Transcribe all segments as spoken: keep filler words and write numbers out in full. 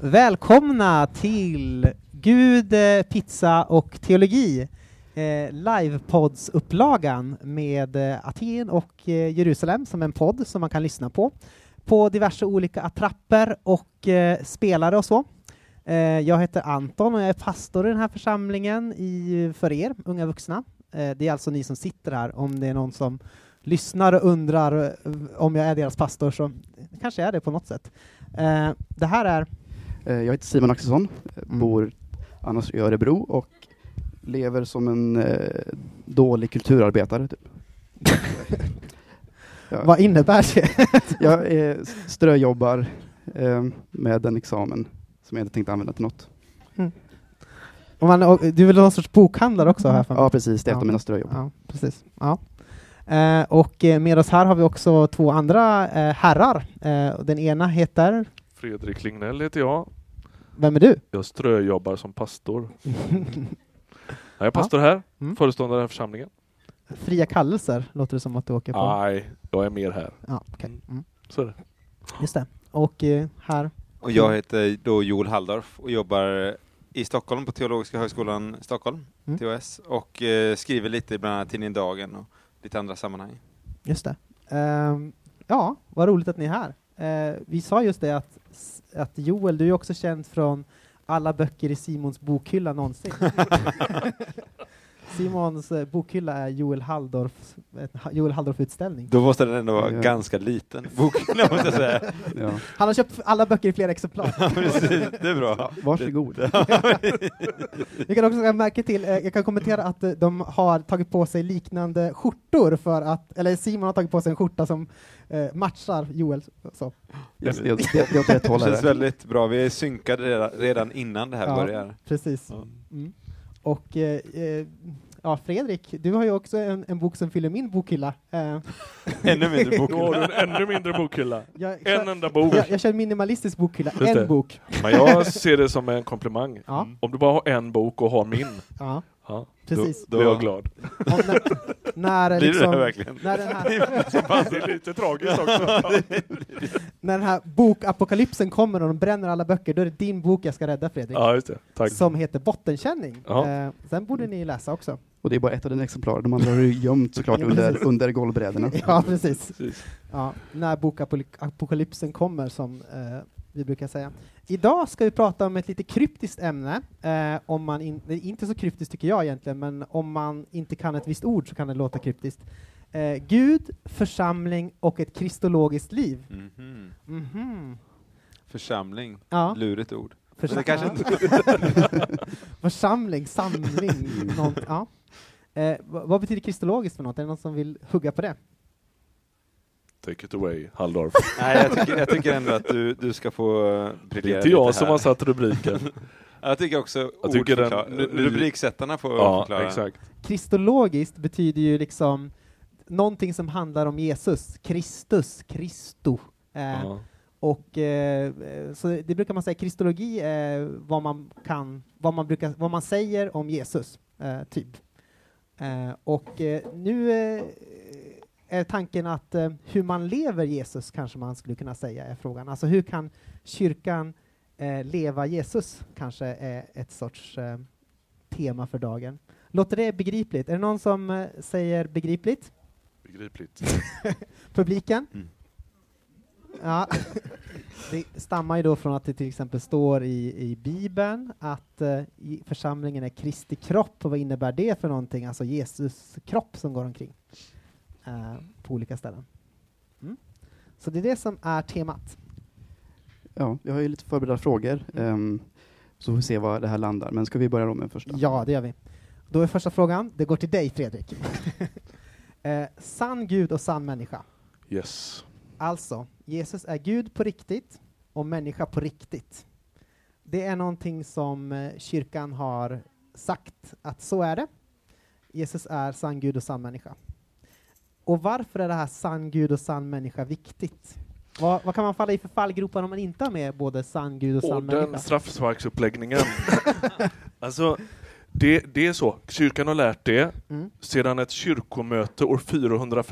Välkomna till Gud, pizza och teologi. Eh, Livepods-upplagan med eh, Aten och eh, Jerusalem som en podd som man kan lyssna på. På diverse olika attrapper och eh, spelare och så. Eh, jag heter Anton och jag är pastor i den här församlingen i, för er, unga vuxna. Eh, det är alltså ni som sitter här. Om det är någon som lyssnar och undrar eh, om jag är deras pastor, så kanske jag är det på något sätt. Eh, det här är... Jag heter Simon Axelsson, Mm. bor annars i Örebro och lever som en eh, dålig kulturarbetare. Typ. Ja. Vad innebär det? Jag eh, ströjobbar eh, med en examen som jag inte tänkte använda till något. Mm. Och man, och, du är väl någon sorts bokhandlare också här? Ja, precis. Det är ett ja. av mina ströjobb. Ja, precis. Ja. Eh, och eh, med oss här har vi också två andra eh, herrar. Eh, den ena heter... Fredrik Lignell heter jag. Vem är du? Jag ströjobbar som pastor. Jag är pastor här, Mm. föreståndare i församlingen. Fria kallelser, låter det som att du åker på. Nej, jag är mer här. Ja, okay. mm. Så är det. Just det. Och eh, här... Och jag heter då Joel Halldorf och jobbar i Stockholm på Teologiska högskolan Stockholm, Mm. T H S, och eh, skriver lite i bland annat tidningen Dagen och lite andra sammanhang. Just det. Ehm, ja, vad roligt att ni är här. Eh, vi sa just det att, att Joel, du är också känd från alla böcker i Simons bokhylla någonsin. Simons eh, bokhylla är Joel Halldorf, Joel Halldorf-utställning. Då måste den ändå vara Ja. ganska liten boken, måste jag säga. Ja. Han har köpt alla böcker i flera exemplar. Ja, precis. Det är bra. Ja, varsågod. Vi kan också märka till, eh, jag kan kommentera att eh, de har tagit på sig liknande skjortor för att, eller Simon har tagit på sig en skjorta som eh, matchar Joel. Så. Just det, jag, jag, jag tar ett håll Det känns här. väldigt bra. Vi är synkade redan, redan innan det här Ja. börjar. Precis. Ja. Mm. Och eh, eh, ja, Fredrik, du har ju också en, en bok som fyller min bokhylla. Eh, Ännu mindre bok. Då har du en ännu mindre bokhylla. jag, kör, En enda bok. jag, jag kör minimalistisk bokhylla, Just en det. bok. Men jag ser det som en komplimang. Ja. Om du bara har en bok och har min, Ja, ja, precis. då, då är jag glad. Och när, när, Blir liksom, det verkligen? när, den här, Det är lite tragiskt också. när den här bokapokalypsen kommer och de bränner alla böcker, då är det din bok jag ska rädda, Fredrik. Ja, just det. Tack. Som heter Bottenkänning. Ja. Eh, sen borde ni läsa också. Och det är bara ett av dina exemplar. De andra har du gömt såklart under, under golvbrädorna. Ja, precis. Precis. Ja, när bokapokalypsen kommer, som eh, vi brukar säga. Idag ska vi prata om ett lite kryptiskt ämne. Eh, om man in, det är inte så kryptiskt tycker jag egentligen, men om man inte kan ett visst ord så kan det låta kryptiskt. Eh, Gud, församling och ett kristologiskt liv. Mhm. Mhm. Församling. Ja, Lurigt ord. försam- Det kanske ja. inte... Församling, samling. Något, ja. eh, vad, vad betyder kristologiskt för något? Är det någon som vill hugga på det? Take it away, Halldorf. Nej, jag tycker, jag tycker ändå att du, du ska få uh, Det briljera är inte jag lite som här. har satt rubriken. Jag tycker också Jag tycker den- ordförklara- nu- nu- rubriksättarna får Ja, förklara. exakt. Kristologiskt betyder ju liksom någonting som handlar om Jesus, Kristus, Kristo. Eh, Ja. Och eh, så det brukar man säga, kristologi är vad man kan, vad man brukar, vad man säger om Jesus, eh, typ. Eh, och eh, nu eh, är tanken att eh, hur man lever Jesus, kanske man skulle kunna säga, är frågan. Alltså hur kan kyrkan eh, leva Jesus, kanske är ett sorts eh, tema för dagen. Låter det begripligt? Är det någon som eh, säger begripligt? Begripligt. Publiken? Mm. Ja. Det stammar ju då från att det till exempel står i, i Bibeln att eh, i församlingen är Kristi kropp. Och vad innebär det för någonting? Alltså Jesus kropp som går omkring eh, på olika ställen. Mm. Så det är det som är temat. Ja, jag har ju lite förberedda frågor. Um, så får vi se var det här landar. Men ska vi börja då med den första? Ja, det gör vi. Då är första frågan, det går till dig Fredrik. eh, sann Gud och sann människa. Yes. Alltså, Jesus är Gud på riktigt och människa på riktigt. Det är någonting som eh, kyrkan har sagt att så är det. Jesus är sann Gud och sann människa. Och varför är det här sann Gud och sann människa viktigt? Vad, vad kan man falla i för fallgropar om man inte har med både sann Gud och sann Och människa? den straffsparksuppläggningen. Alltså, det, det är så. Kyrkan har lärt det Mm. sedan ett kyrkomöte år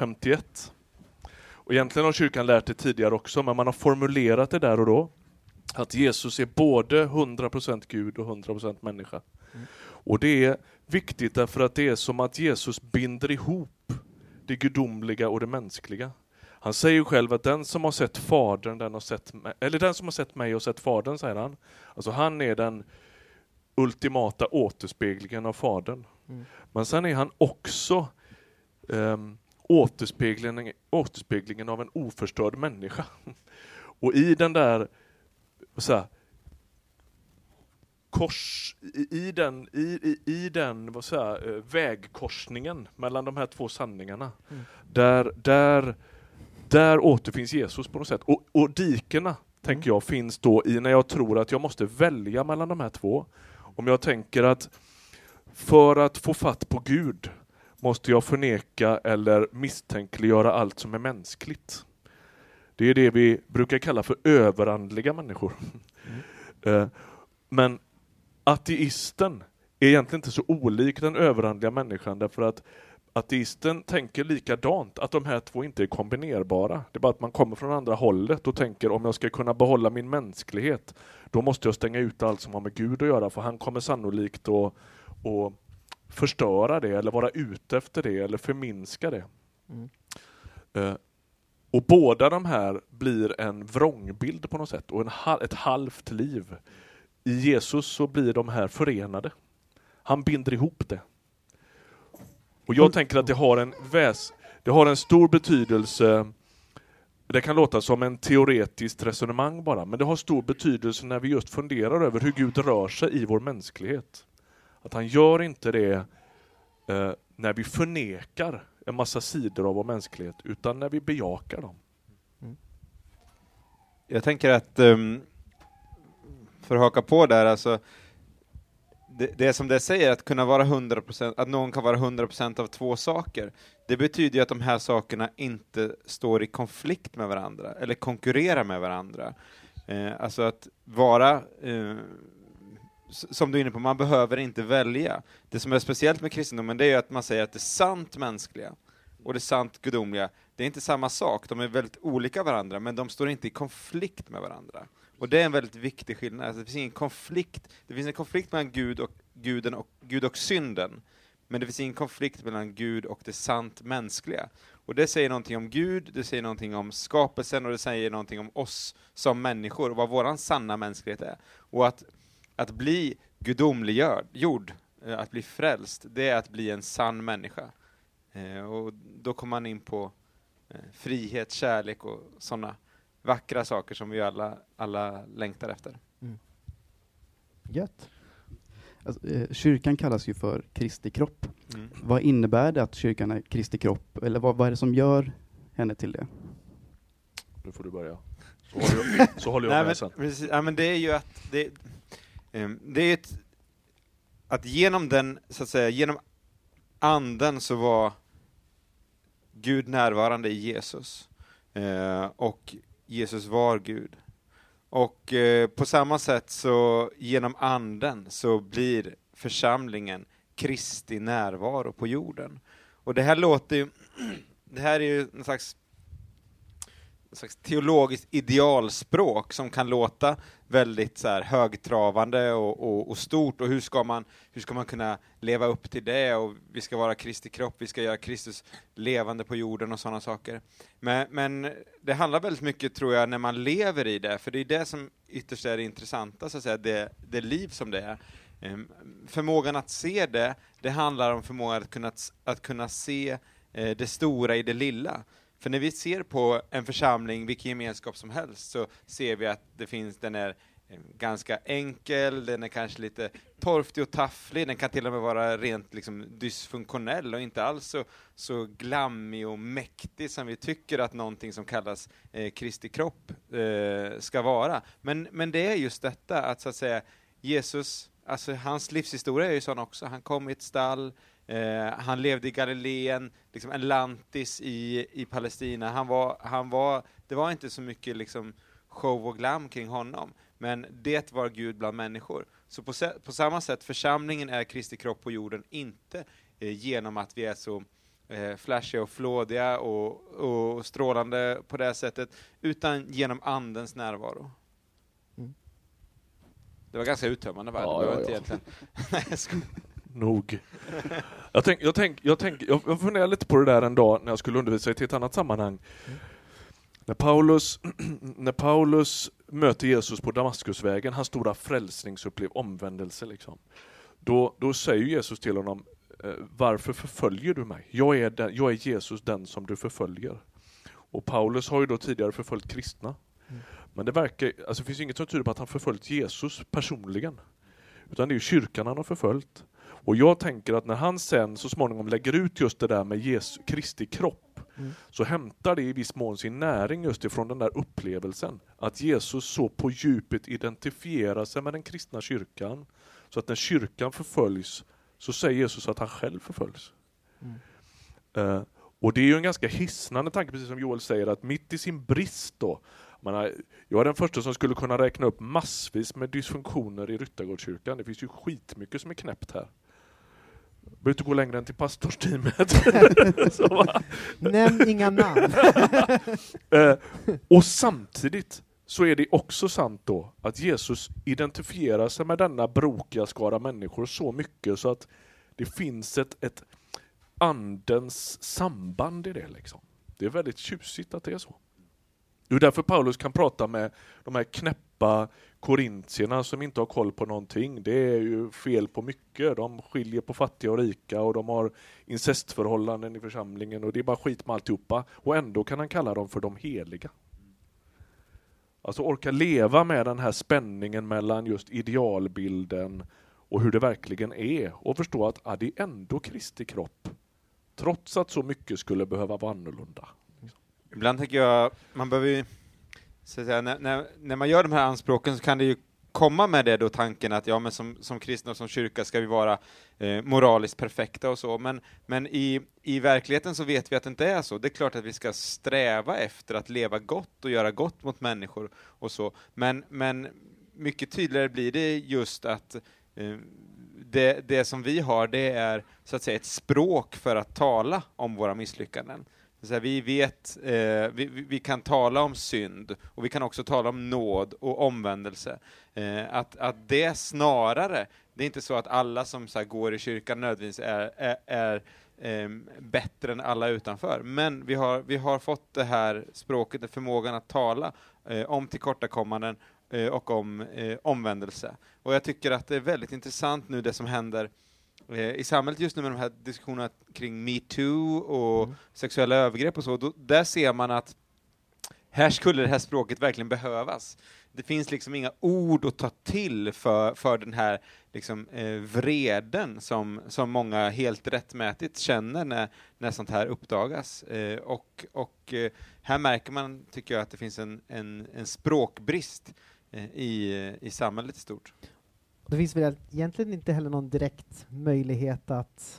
fyrahundrafemtioett. Och egentligen har kyrkan lärt det tidigare också, men man har formulerat det där och då. Att Jesus är både hundra procent Gud och hundra procent människa. Mm. Och det är viktigt därför att det är som att Jesus binder ihop det gudomliga och det mänskliga. Han säger själv att den som har sett fadern, den har sett mig, eller den som har sett mig och sett fadern, säger han. Alltså han är den ultimata återspeglingen av fadern. Mm. Men sen är han också um, återspeglingen, återspeglingen av en oförstörd människa. Och i den där så här, kors, i, i den, i, i, i den vad så här, vägkorsningen mellan de här två sanningarna, mm. där, där, där återfinns Jesus på något sätt. Och, och dikena, mm. tänker jag, finns då i när jag tror att jag måste välja mellan de här två. Om jag tänker att för att få fatt på Gud måste jag förneka eller misstänkliggöra allt som är mänskligt. Det är det vi brukar kalla för överandliga människor. Mm. Men ateisten är egentligen inte så olik den överandliga människan, därför att ateisten tänker likadant, att de här två inte är kombinerbara. Det är bara att man kommer från andra hållet och tänker, om jag ska kunna behålla min mänsklighet, då måste jag stänga ut allt som har med Gud att göra, för han kommer sannolikt att, att förstöra det, eller vara ute efter det, eller förminska det. Mm. Uh, och båda de här blir en vrångbild på något sätt, och en, ett halvt liv. I Jesus så blir de här förenade. Han binder ihop det. Och jag tänker att det har en väs, det har en stor betydelse. Det kan låta som en teoretiskt resonemang bara, men det har stor betydelse när vi just funderar över hur Gud rör sig i vår mänsklighet. Att han gör inte det eh, när vi förnekar en massa sidor av vår mänsklighet, utan när vi bejakar dem. Mm. Jag tänker att um, för att haka på där, alltså det, det som det säger, att kunna vara hundra procent, att någon kan vara hundra procent av två saker, det betyder ju att de här sakerna inte står i konflikt med varandra eller konkurrerar med varandra. Eh, alltså att vara eh, som du är inne på, man behöver inte välja. Det som är speciellt med kristendomen, det är att man säger att det sant mänskliga och det sant gudomliga, det är inte samma sak. De är väldigt olika varandra, men de står inte i konflikt med varandra. Och det är en väldigt viktig skillnad. Alltså det finns ingen konflikt. Det finns en konflikt mellan Gud och Guden och Gud och synden. Men det finns ingen konflikt mellan Gud och det sant mänskliga. Och det säger någonting om Gud, det säger någonting om skapelsen, och det säger någonting om oss som människor och vad våran sanna mänsklighet är. Och att Att bli gudomliggjord, att bli frälst, det är att bli en sann människa. Eh, och då kommer man in på eh, frihet, kärlek och sådana vackra saker som vi alla, alla längtar efter. Mm. Gött. Alltså, eh, kyrkan kallas ju för Kristi kropp. Mm. Vad innebär det att kyrkan är Kristi kropp? Eller vad, vad är det som gör henne till det? Nu får du börja. Så håller jag, så håller jag Nej, med men, sen. Precis, ja, men det är ju att det, um, det är ett, att genom den, så att säga, genom anden så var Gud närvarande i Jesus. Uh, och Jesus var Gud. Och uh, på samma sätt så genom anden så blir församlingen Kristi närvaro på jorden. Och det här låter ju, det här är ju en slags en slags teologiskt idealspråk som kan låta väldigt så här högtravande och, och, och stort, och hur ska man hur ska man kunna leva upp till det, och vi ska vara Kristi kropp, vi ska göra Kristus levande på jorden och sådana saker. Men, men det handlar väldigt mycket, tror jag, när man lever i det, för det är det som ytterst är det intressanta, så att säga, det, det liv som det är. Um, förmågan att se det, det handlar om förmågan att kunna, att kunna se eh, det stora i det lilla. För när vi ser på en församling, vilken gemenskap som helst, så ser vi att det finns, den är ganska enkel, den är kanske lite torftig och tafflig, den kan till och med vara rent liksom dysfunktionell och inte alls så, så glammig och mäktig som vi tycker att någonting som kallas eh, Kristi kropp eh, ska vara. Men, men det är just detta, att så att säga Jesus, alltså hans livshistoria är ju sån också. Han kom i ett stall, eh, han levde i Galileen, liksom en lantis i, i Palestina. Han var, han var, det var inte så mycket liksom show och glam kring honom, men det var Gud bland människor. Så på, på samma sätt, församlingen är Kristi kropp på jorden, inte eh, genom att vi är så eh, flashiga och flådiga och, och strålande på det sättet, utan genom andens närvaro. Mm. Det var ganska uttömmande, va? Ja, det var ja, inte ja. egentligen... Nej, jag skojar. Nog. Jag tänk, jag tänk, jag tänk, jag, jag funderade lite på det där en dag när jag skulle undervisa i ett annat sammanhang. Mm. När Paulus, när Paulus möter Jesus på Damaskusvägen, hans stora frälsningsupplev, omvändelse liksom. Då, då säger Jesus till honom, varför förföljer du mig? Jag är, den, jag är Jesus, den som du förföljer. Och Paulus har ju då tidigare förföljt kristna. Mm. Men det verkar, alltså det finns inget som tyder på att han förföljt Jesus personligen. Utan det är ju kyrkan han har förföljt. Och jag tänker att när han sen så småningom lägger ut just det där med Jesu, Kristi kropp, mm. så hämtar det i viss mån sin näring just ifrån den där upplevelsen. Att Jesus så på djupet identifierar sig med den kristna kyrkan. Så att när kyrkan förföljs så säger Jesus att han själv förföljs. Mm. Uh, och det är ju en ganska hisnande tanke, precis som Joel säger, att mitt i sin brist då, man jag är den första som skulle kunna räkna upp massvis med dysfunktioner i Ryttargårdskyrkan. Det finns ju skitmycket som är knäppt här. Behöver inte gå längre än till pastorsteamet. Så, nämn inga namn. uh, och samtidigt så är det också sant då att Jesus identifierar sig med denna brokiga skara människor så mycket så att det finns ett, ett andens samband i det liksom. Det är väldigt tjusigt att det är så. Det är därför Paulus kan prata med de här knäppa korintierna som inte har koll på någonting. Det är ju fel på mycket. De skiljer på fattiga och rika och de har incestförhållanden i församlingen och det är bara skit med alltihopa. Och ändå kan han kalla dem för de heliga. Alltså orka leva med den här spänningen mellan just idealbilden och hur det verkligen är. Och förstå att ah, det är ändå Kristi kropp. Trots att så mycket skulle behöva vara annorlunda. Ibland tänker jag, man behöver ju, så att säga, när, när, när man gör de här anspråken så kan det ju komma med det då tanken att ja, men som, som kristna och som kyrka ska vi vara eh, moraliskt perfekta och så. Men, men i, i verkligheten så vet vi att det inte är så. Det är klart att vi ska sträva efter att leva gott och göra gott mot människor och så. Men, men mycket tydligare blir det just att eh, det, det som vi har, det är så att säga ett språk för att tala om våra misslyckanden. Så här, vi vet, eh, vi, vi kan tala om synd och vi kan också tala om nåd och omvändelse. Eh, att, att det snarare, det är inte så att alla som så här, går i kyrkan nödvändigtvis är, är, är eh, bättre än alla utanför. Men vi har, vi har fått det här språket, förmågan att tala eh, om tillkortakommanden eh, och om eh, omvändelse. Och jag tycker att det är väldigt intressant nu det som händer i samhället just nu med de här diskussionerna kring MeToo och mm. sexuella övergrepp och så, då, där ser man att här skulle det här språket verkligen behövas. Det finns liksom inga ord att ta till för, för den här liksom, eh, vreden som, som många helt rättmätigt känner när, när sånt här uppdagas. Eh, och och eh, här märker man, tycker jag, att det finns en, en, en språkbrist eh, i, i samhället i stort. Det finns väl egentligen inte heller någon direkt möjlighet att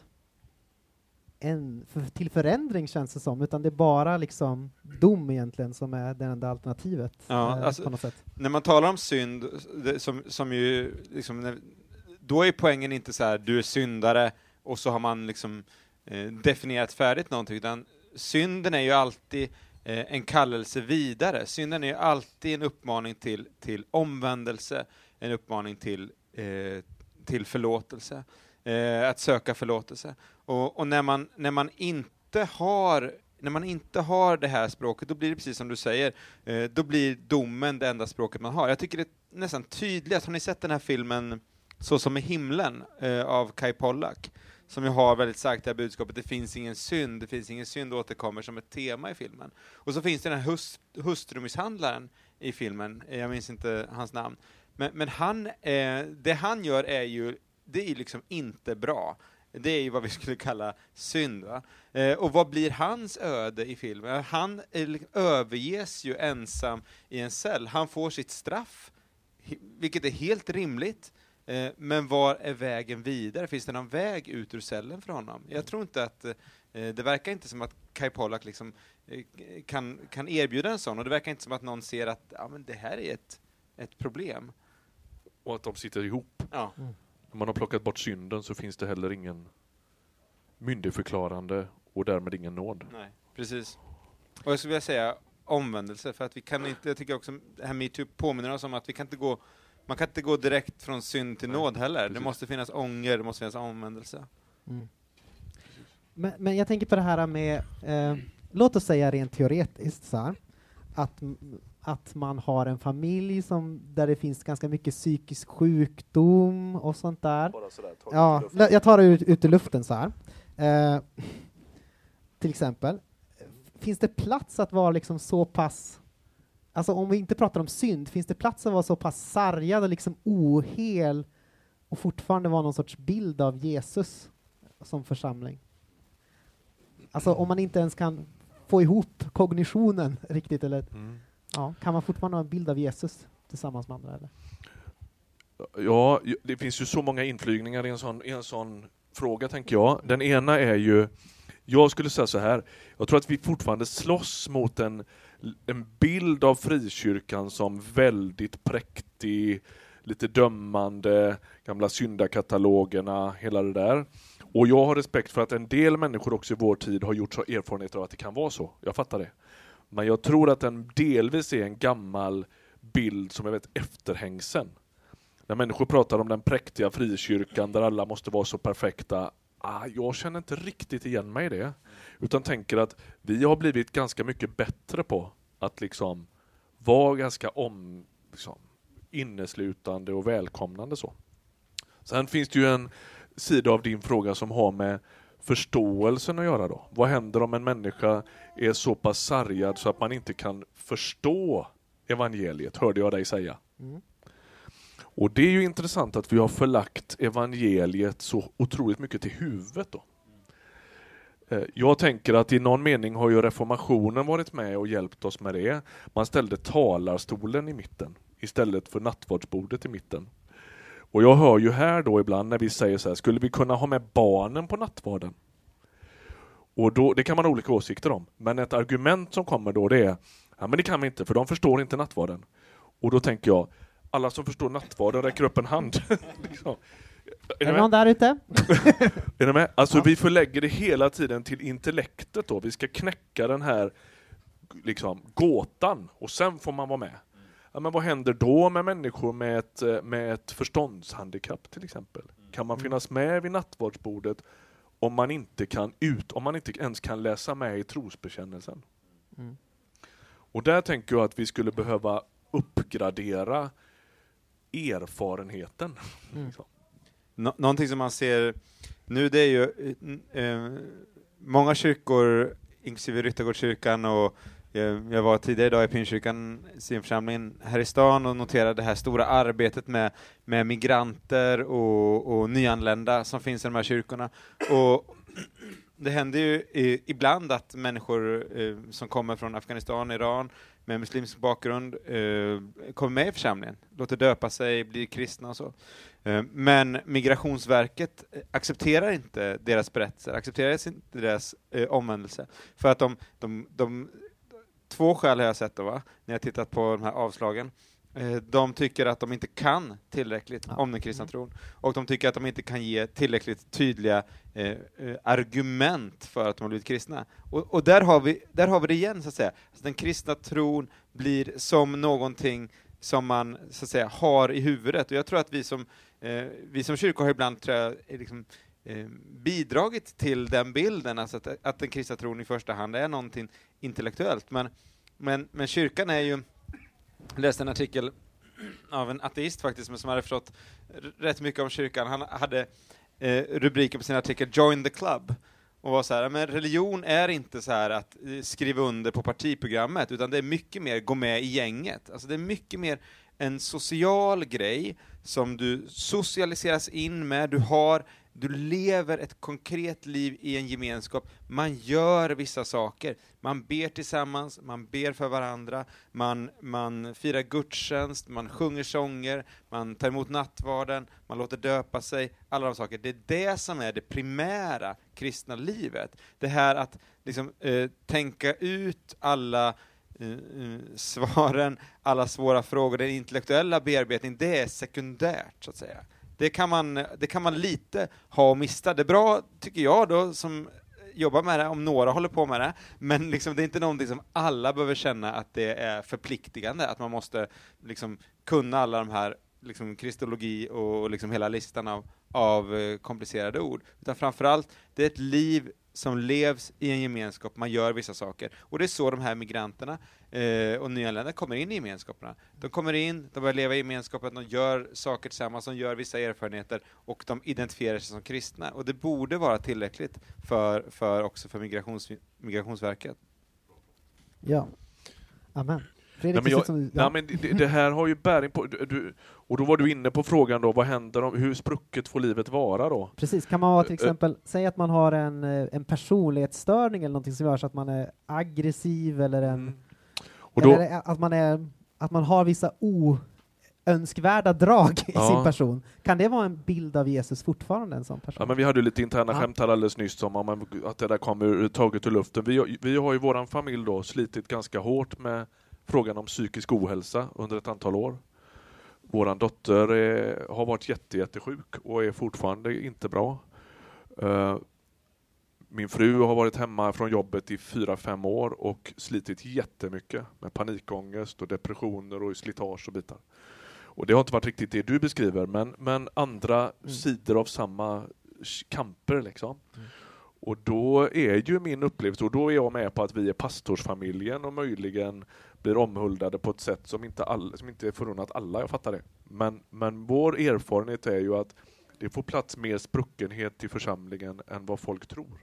en, för, till förändring känns det som, utan det är bara liksom dom egentligen som är det enda alternativet. Ja, eh, alltså, på något sätt. När man talar om synd, det, som, som ju, liksom, när, då är poängen inte så här, du är syndare och så har man liksom eh, definierat färdigt någonting, utan synden är ju alltid eh, en kallelse vidare. Synden är ju alltid en uppmaning till, till omvändelse, en uppmaning till Eh, till förlåtelse, eh, att söka förlåtelse. Och, och när man när man inte har när man inte har det här språket, då blir det precis som du säger, eh, då blir domen det enda språket man har. Jag tycker det är nästan tydligt. Har ni sett den här filmen Så som i himlen eh, av Kai Pollak, som ju har väldigt sagt det här budskapet, det finns ingen synd, det finns ingen synd återkommer som ett tema i filmen. Och så finns det den här hust, hustrumisshandlaren i filmen, jag minns inte hans namn. Men, men han, eh, det han gör är ju, det är liksom inte bra. Det är ju vad vi skulle kalla synd. Va? Eh, och vad blir hans öde i filmen? Han eh, överges ju ensam i en cell. Han får sitt straff, vilket är helt rimligt. Eh, men var är vägen vidare? Finns det någon väg ut ur cellen för honom? Jag tror inte att, eh, det verkar inte som att Kai Pollak liksom, eh, kan, kan erbjuda en sån. Och det verkar inte som att någon ser att ja, men det här är ett, ett problem. Och att de sitter ihop. Ja. Mm. När man har plockat bort synden så finns det heller ingen myndigförklarande och därmed ingen nåd. Nej, precis. Och jag skulle vilja säga omvändelse, för att vi kan inte, jag tycker också det här MeToo påminner oss om att vi kan inte gå man kan inte gå direkt från synd till nåd heller. Det måste finnas ånger, det måste finnas omvändelse. Mm. Men, men jag tänker på det här med, eh, låt oss säga rent teoretiskt så här, att, att man har en familj som, där det finns ganska mycket psykisk sjukdom och sånt där. Bara sådär, ta Ja, ut i luften. jag tar det ut, ut i luften så här. Eh, till exempel, finns det plats att vara liksom så pass, alltså om vi inte pratar om synd, finns det plats att vara så pass sargad och liksom ohel och fortfarande vara någon sorts bild av Jesus som församling? Alltså om man inte ens kan få ihop kognitionen riktigt, eller Mm. ja, kan man fortfarande ha en bild av Jesus tillsammans med andra, eller? Ja, ju- det finns ju så många inflygningar i en sån, i en sån fråga, tänker jag. Den ena är ju, jag skulle säga så här, jag tror att vi fortfarande slåss mot en, en bild av frikyrkan som väldigt präktig, lite dömande, gamla syndakatalogerna, hela det där. Och jag har respekt för att en del människor också i vår tid har gjort så erfarenheter av att det kan vara så. Jag fattar det. Men jag tror att den delvis är en gammal bild som jag vet efterhängsen. När människor pratar om den präktiga frikyrkan där alla måste vara så perfekta, ah, jag känner inte riktigt igen mig i det. Utan tänker att vi har blivit ganska mycket bättre på att liksom vara ganska om, liksom, inneslutande och välkomnande så. Sen finns det ju en sida av din fråga som har med förståelsen att göra då. Vad händer om en människa är så pass sargad så att man inte kan förstå evangeliet, hörde jag dig säga. Mm. Och det är ju intressant att vi har förlagt evangeliet så otroligt mycket till huvudet då. Eh, Jag tänker att i någon mening har ju reformationen varit med och hjälpt oss med det. Man ställde talarstolen i mitten istället för nattvardsbordet i mitten. Och jag hör ju här då ibland när vi säger så här, skulle vi kunna ha med barnen på nattvarden? Och då, det kan man ha olika åsikter om. Men ett argument som kommer då, det är, ja men det kan vi inte för de förstår inte nattvarden. Och då tänker jag, alla som förstår nattvarden räcker upp en hand. liksom. Är Är ni det någon med? där ute? Är ni med? Alltså Ja. vi förlägger det hela tiden till intellektet då. Vi ska knäcka den här liksom, gåtan och sen får man vara med. Ja, men vad händer då med människor med ett, med ett förståndshandikapp till exempel? Kan man finnas med vid nattvardsbordet om man inte kan ut, om man inte ens kan läsa med i trosbekännelsen? Mm. Och där tänker jag att vi skulle behöva uppgradera erfarenheten. Mm. Liksom. Nå- någonting som man ser nu, det är ju eh, eh, många kyrkor, inklusive Ryttargårdskyrkan, och eh, jag var tidigare idag i Pingstkyrkan, Sionförsamlingen här i stan, och noterade det här stora arbetet med, med migranter och, och nyanlända som finns i de här kyrkorna. Och det händer ju i, ibland att människor eh, som kommer från Afghanistan, Iran med muslimsk bakgrund eh, kommer med i församlingen, låter döpa sig, blir kristna och så. Eh, men Migrationsverket accepterar inte deras berättelser, accepterar inte deras eh, omvändelse. För att de, de, de, två skäl har jag sett då, va? När jag tittat på de här avslagen. Eh, de tycker att de inte kan tillräckligt Ja. om den kristna tron. Och de tycker att de inte kan ge tillräckligt tydliga eh, eh, argument för att de har blivit kristna. Och, och där, har vi, där har vi det igen, så att säga. Alltså, den kristna tron blir som någonting som man, så att säga, har i huvudet. Och jag tror att vi som, eh, vi som kyrkor har ibland, tror jag, är liksom, eh, bidragit till den bilden, alltså att, att den kristna tron i första hand är någonting intellektuellt. Men, men, men kyrkan är ju... Jag läste en artikel av en ateist faktiskt, som hade förstått r- rätt mycket om kyrkan. Han hade eh, rubriken på sin artikel Join the Club, och var så här, men religion är inte så här att eh, skriva under på partiprogrammet, utan det är mycket mer gå med i gänget. Alltså det är mycket mer en social grej som du socialiseras in med. Du har Du lever ett konkret liv i en gemenskap. Man gör vissa saker. Man ber tillsammans, man ber för varandra, man, man firar gudstjänst, man sjunger sånger, man tar emot nattvarden, man låter döpa sig, alla de saker. Det är det som är det primära kristna livet. Det här att liksom, eh, tänka ut alla eh, svaren, alla svåra frågor, den intellektuella bearbetningen, det är sekundärt, så att säga. Det kan man, det kan man lite ha och mista. Det är bra, tycker jag då, som jobbar med det, om några håller på med det. Men liksom, det är inte någonting som alla behöver känna att det är förpliktigande. Att man måste liksom kunna alla de här liksom kristologi och liksom hela listan av, av eh, komplicerade ord. Utan framförallt, det är ett liv som levs i en gemenskap, man gör vissa saker. Och det är så de här migranterna eh, och nyanlända kommer in i gemenskaperna. De kommer in, de börjar leva i gemenskapen, de gör saker tillsammans, de gör vissa erfarenheter och de identifierar sig som kristna. Och det borde vara tillräckligt för, för också för migrations, Migrationsverket. Ja, amen. Fredrik, nej, men jag, som, nej, ja. men det, det här har ju bäring på... Du, du, och då var du inne på frågan då, vad händer om, hur sprucket får livet vara då? Precis, kan man ha till exempel, säga att man har en, en personlighetsstörning eller någonting som gör så att man är aggressiv eller en... Mm. Och då, eller att man är, att man har vissa oönskvärda drag i ja. sin person. Kan det vara en bild av Jesus fortfarande, en sån person? Ja, men vi hade ju lite interna ja. skämt här alldeles nyss om, om att det där kom ur, taget ur luften. Vi, vi har ju våran familj då slitit ganska hårt med frågan om psykisk ohälsa under ett antal år. Våran dotter är, har varit jätte, jättesjuk och är fortfarande inte bra. Uh, min fru har varit hemma från jobbet i fyra, fem år och slitit jättemycket med panikångest och depressioner och slitage och bitar. Och det har inte varit riktigt det du beskriver, men, men andra mm. sidor av samma kamper liksom. Mm. Och då är ju min upplevelse, och då är jag med på att vi är pastorsfamiljen och möjligen blir omhuldade på ett sätt som inte, all, som inte är förunnat alla, jag fattar det. Men, men vår erfarenhet är ju att det får plats mer spruckenhet i församlingen än vad folk tror.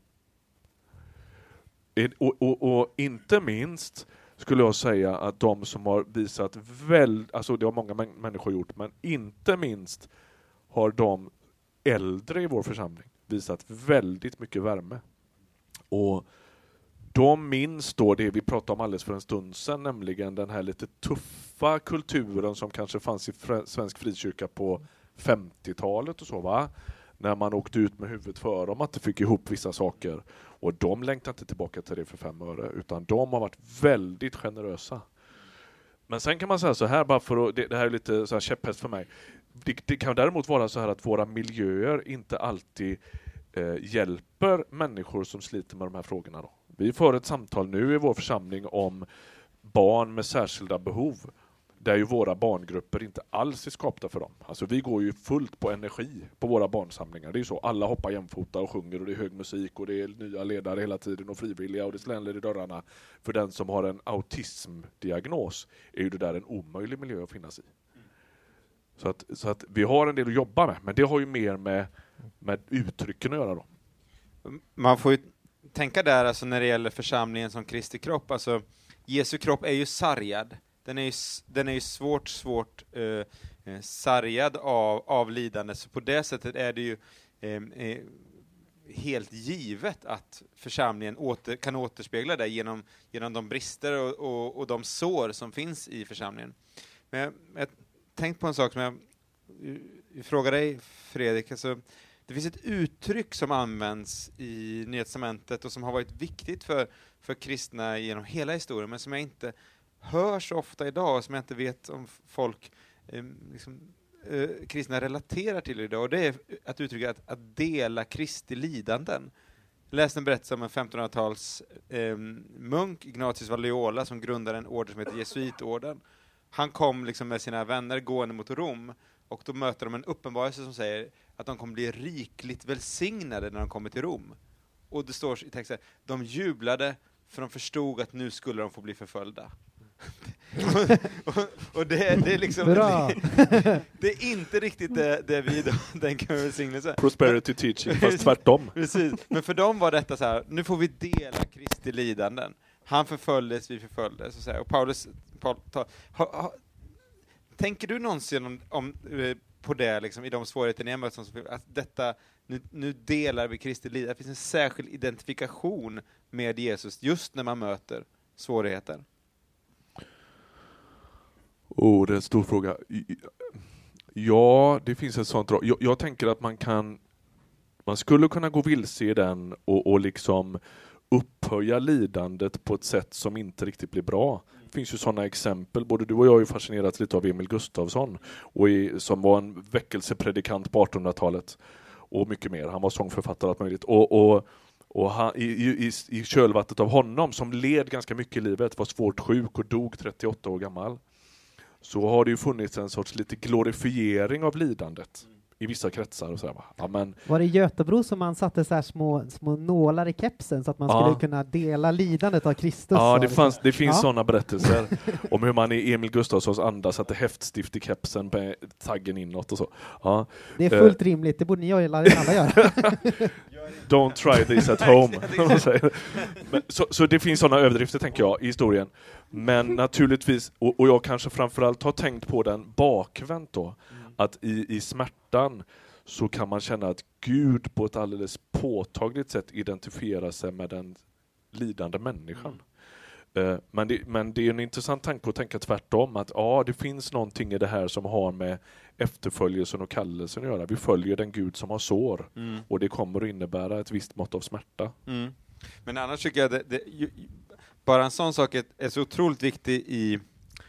Och, och, och inte minst skulle jag säga att de som har visat väl, alltså det har många mä- människor gjort, men inte minst har de äldre i vår församling visat väldigt mycket värme. Och de minns då det vi pratade om alldeles för en stund sedan, nämligen den här lite tuffa kulturen som kanske fanns i fr- svensk frikyrka på femtiotalet och så, va? När man åkte ut med huvudet för dem att det fick ihop vissa saker. Och de längtar inte tillbaka till det för fem öre, utan de har varit väldigt generösa. Men sen kan man säga så här, bara för att, det, det här är lite så här käpphäst för mig. Det, det kan däremot vara så här att våra miljöer inte alltid eh, hjälper människor som sliter med de här frågorna då. Vi för ett samtal nu i vår församling om barn med särskilda behov. Där ju våra barngrupper inte alls är skapta för dem. Alltså vi går ju fullt på energi på våra barnsamlingar. Det är ju så, alla hoppar jämfota och sjunger och det är hög musik och det är nya ledare hela tiden och frivilliga och det slänger i dörrarna. För den som har en autismdiagnos är ju det där en omöjlig miljö att finnas i. Så att, så att vi har en del att jobba med, men det har ju mer med, med uttrycken att göra då. Man får ju tänka där alltså när det gäller församlingen som Kristi kropp, alltså Jesu kropp är ju sargad. Den är ju, den är ju svårt, svårt eh, sargad av, av lidande. Så på det sättet är det ju eh, eh, helt givet att församlingen åter, kan återspegla det genom, genom de brister och, och, och de sår som finns i församlingen. Men jag, jag tänkte på en sak som jag, jag frågar dig, Fredrik. Alltså, det finns ett uttryck som används i Nya testamentet och som har varit viktigt för, för kristna genom hela historien, men som jag inte hörs ofta idag, som jag inte vet om folk eh, liksom, eh, kristna relaterar till idag. Och det är att uttrycka att, att dela Kristi lidanden. Jag läste en berättelse om en femtonhundratals eh, munk, Ignatius av Loyola, som grundade en orden som heter Jesuitorden. Han kom liksom med sina vänner gående mot Rom, och då möter de en uppenbarelse som säger att de kommer bli rikligt välsignade när de kommer till Rom. Och det står i texten, de jublade för de förstod att nu skulle de få bli förföljda. och, och, och det, det är liksom det, det är inte riktigt det, det vi då tänker med välsignelse. Prosperity teaching, fast tvärtom. Precis, men för dem var detta så här, nu får vi dela Kristi lidanden. Han förföljdes, vi förföljdes. Och, så här. Och Paulus, Paul, ta, ha, ha, tänker du någonsin om, om, på det liksom, i de svårigheter ni har mött, att detta, nu, nu delar vi Kristi lidande. Det finns en särskild identifikation med Jesus just när man möter svårigheter. Oh, det är en stor fråga. Ja, det finns ett sånt drag. Jag, jag tänker att man kan, man skulle kunna gå vilse i den och, och liksom upphöja lidandet på ett sätt som inte riktigt blir bra. Det finns ju sådana exempel. Både du och jag har ju fascinerats lite av Emil Gustafsson, och i, som var en väckelsepredikant på artonhundratalet och mycket mer. Han var sångförfattare och allt möjligt. Och, och, och han, i, i, i kölvattnet av honom, som led ganska mycket i livet, var svårt sjuk och dog trettioåtta år gammal. så har det ju funnits en sorts lite glorifiering av lidandet i vissa kretsar och så här, va? Ja, men var det i Götebro som man satte så här små, små nålar i kepsen så att man ja. skulle kunna dela lidandet av Kristus? Ja, det, och fanns, det finns ja. sådana berättelser om hur man i Emil Gustafssons anda satte häftstift i kepsen på taggen inåt och så. Ja. Det är fullt uh, rimligt, det borde ni alla göra. Don't try this at home. Men, så, så det finns sådana överdrifter, tänker jag, i historien. Men naturligtvis, och, och jag kanske framförallt har tänkt på den bakvänt då, mm. att i, i smärtan så kan man känna att Gud på ett alldeles påtagligt sätt identifierar sig med den lidande människan. Mm. Uh, men, det, men det är en intressant tanke att tänka tvärtom, att ja, det finns någonting i det här som har med efterföljelsen och kallelsen att göra. Vi följer den Gud som har sår, mm. och det kommer att innebära ett visst mått av smärta. Mm. Men annars tycker jag det, det, ju, bara en sån sak är, är så otroligt viktig i,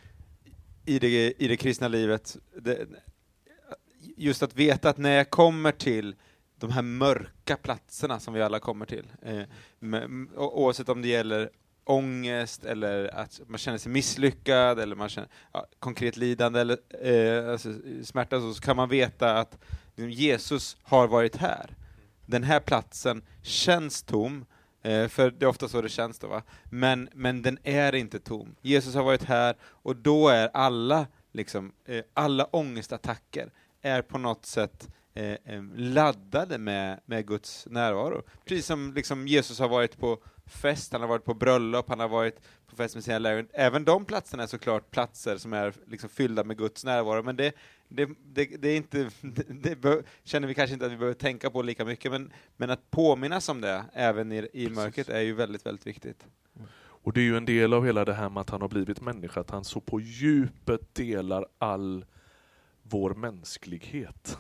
i, det, i det kristna livet. Det, just att veta att när jag kommer till de här mörka platserna som vi alla kommer till, eh, med, oavsett om det gäller ångest eller att man känner sig misslyckad eller man känner ja, konkret lidande eller eh, alltså, smärta, så kan man veta att Jesus har varit här. Den här platsen känns tom, eh, för det är ofta så det känns då, va? Men, men den är inte tom. Jesus har varit här, och då är alla liksom, eh, alla ångestattacker är på något sätt eh, laddade med, med Guds närvaro. Precis som liksom Jesus har varit på fest, han har varit på bröllop, han har varit på fest med sina lärjungar. Även de platserna är såklart platser som är liksom fyllda med Guds närvaro, men det, det, det, det är inte det, det bör, känner vi kanske inte att vi behöver tänka på lika mycket, men, men att påminnas om det även i, i mörkret är ju väldigt, väldigt viktigt. Och det är ju en del av hela det här med att han har blivit människa, att han så på djupet delar all vår mänsklighet.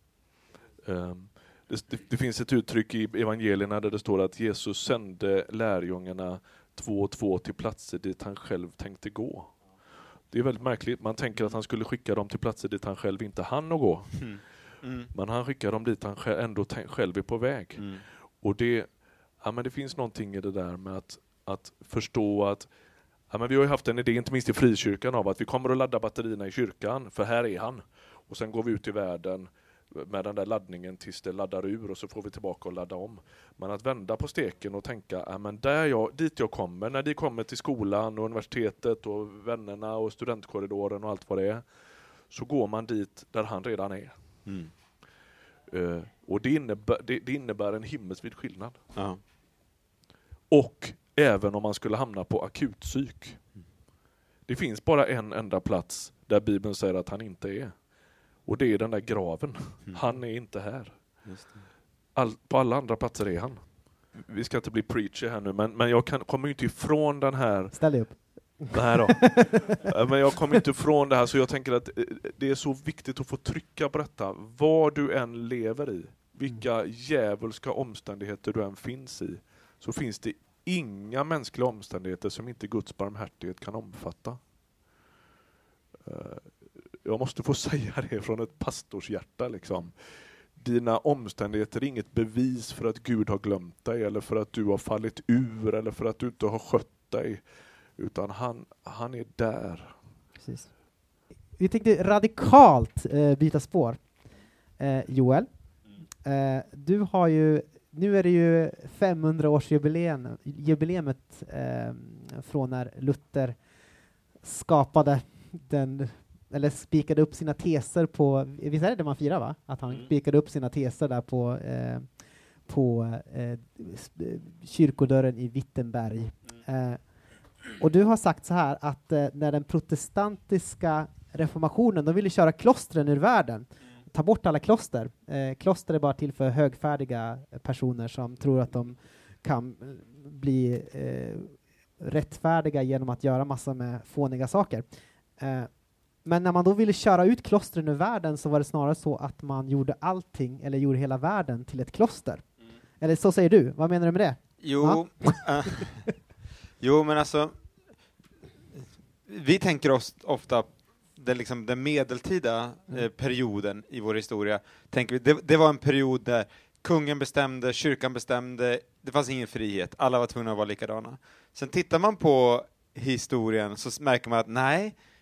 Um, Det, det, det finns ett uttryck i evangelierna där det står att Jesus sände lärjungarna två och två till platser dit han själv tänkte gå. Det är väldigt märkligt. Man tänker att han skulle skicka dem till platser dit han själv inte hann att gå. Mm. Mm. Men han skickar dem dit han själv, ändå tänk, själv är på väg. Mm. Och det, ja, men det finns någonting i det där med att, att förstå att ja, men vi har ju haft en idé, inte minst i frikyrkan, av att vi kommer att ladda batterierna i kyrkan, för här är han. Och sen går vi ut i världen med den där laddningen tills det laddar ur, och så får vi tillbaka och ladda om. Men att vända på steken och tänka, ja, men där jag, dit jag kommer, när de kommer till skolan och universitetet och vännerna och studentkorridoren och allt vad det är, så går man dit där han redan är. Mm. Uh, och det innebär, det, det innebär en himmelsvid skillnad. Uh-huh. Och även om man skulle hamna på akutpsyk. Mm. Det finns bara en enda plats där Bibeln säger att han inte är. Och det är den där graven. Mm. Han är inte här. Just det. All, på alla andra platser är han. Vi ska inte bli preacher här nu, men, men jag kan, kommer ju inte ifrån den här... Ställ dig upp. Nej då. Men jag kommer inte ifrån det här, så jag tänker att det är så viktigt att få trycka på detta. Vad du än lever i, vilka mm. djävulska omständigheter du än finns i, så finns det inga mänskliga omständigheter som inte Guds barmhärtighet kan omfatta. Jag måste få säga det från ett pastorshjärta liksom. Dina omständigheter är inget bevis för att Gud har glömt dig, eller för att du har fallit ur, eller för att du inte har skött dig, utan han, han är där. Precis. Vi tänkte radikalt eh, byta spår. Eh, Joel, mm. eh, du har ju, nu är det ju femhundra-årsjubileum jubileumet eh, från när Luther skapade den, eller spikade upp sina teser på, visst är det det man firar, va? Att han mm. spikade upp sina teser där på, eh, på eh, kyrkodörren i Wittenberg. Mm. Eh, och du har sagt så här att eh, när den protestantiska reformationen, de ville köra klostren ur världen, mm. ta bort alla kloster. Eh, kloster är bara till för högfärdiga personer som tror att de kan bli eh, rättfärdiga genom att göra massa med fåniga saker. Eh, men när man då ville köra ut klostren ur världen, så var det snarare så att man gjorde allting, eller gjorde hela världen till ett kloster. Mm. Eller så säger du. Vad menar du med det? Jo, äh, jo men alltså vi tänker oss ofta den, liksom, den medeltida mm. eh, perioden i vår historia. Tänker vi, det, det var en period där kungen bestämde, kyrkan bestämde, det fanns ingen frihet, alla var tvungna att vara likadana. Sen tittar man på historien så märker man att nej,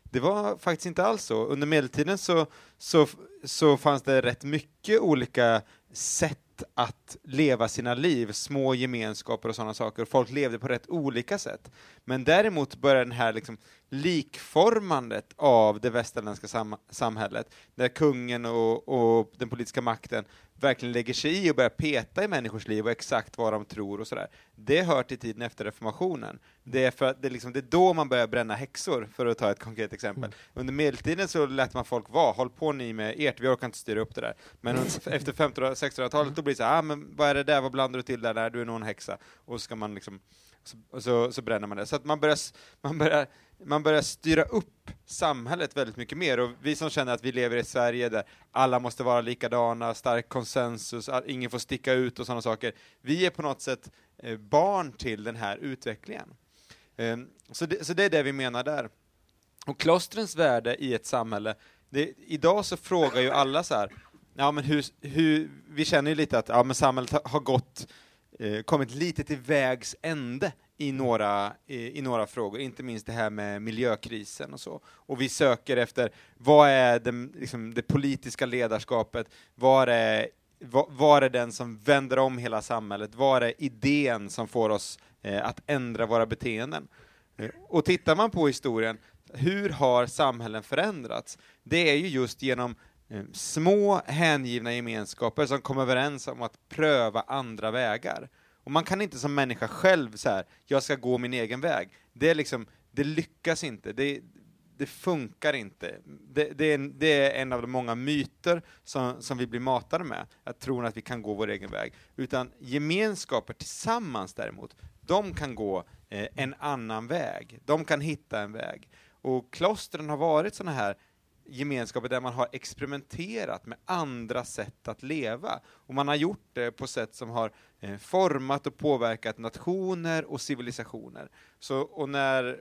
Det var faktiskt inte alls så. Under medeltiden så, så, så fanns det rätt mycket olika sätt att leva sina liv, små gemenskaper och sådana saker. Folk levde på rätt olika sätt. Men däremot började den här liksom likformandet av det västerländska sam- samhället, där kungen och, och den politiska makten verkligen lägger sig i och börjar peta i människors liv och exakt vad de tror och sådär. Det hör till tiden efter reformationen. Det är, för att det, är liksom, det är då man börjar bränna häxor, för att ta ett konkret exempel. Mm. Under medeltiden så lät man folk vara, håll på ni med ert, vi orkar inte styra upp det där. Men efter femtonhundratalet, sextonhundratalet då blir det så här, ah, men vad är det där, vad blandar du till där, där du är någon häxa. Och så ska man liksom, så, så, så bränner man det. Så att man börjar, man börjar man börjar styra upp samhället väldigt mycket mer, och vi som känner att vi lever i Sverige där alla måste vara likadana, stark konsensus, ingen får sticka ut och sådana saker. Vi är på något sätt eh, barn till den här utvecklingen. Eh, så, det, så det är det vi menar där. Och klostrens värde i ett samhälle, det, idag så frågar ju alla så här, ja men hur, hur vi känner ju lite att ja, men samhället har, har gått eh, kommit lite till vägs ände i några, i, i några frågor, inte minst det här med miljökrisen och så. Och vi söker efter, vad är det, liksom, det politiska ledarskapet, vad är, vad, vad är den som vänder om hela samhället, vad är idén som får oss eh, att ändra våra beteenden. Eh, och tittar man på historien, hur har samhällen förändrats? Det är ju just genom eh, små hängivna gemenskaper som kommer överens om att pröva andra vägar. Och man kan inte som människa själv så här, jag ska gå min egen väg. Det är liksom, det lyckas inte. Det, det funkar inte. Det, det, är, det är en av de många myter som, som vi blir matade med. Att tro att vi kan gå vår egen väg. Utan gemenskaper tillsammans däremot, de kan gå eh, en annan väg. De kan hitta en väg. Och klostren har varit såna här gemenskaper där man har experimenterat med andra sätt att leva. Och man har gjort det på sätt som har eh, format och påverkat nationer och civilisationer. Så, och när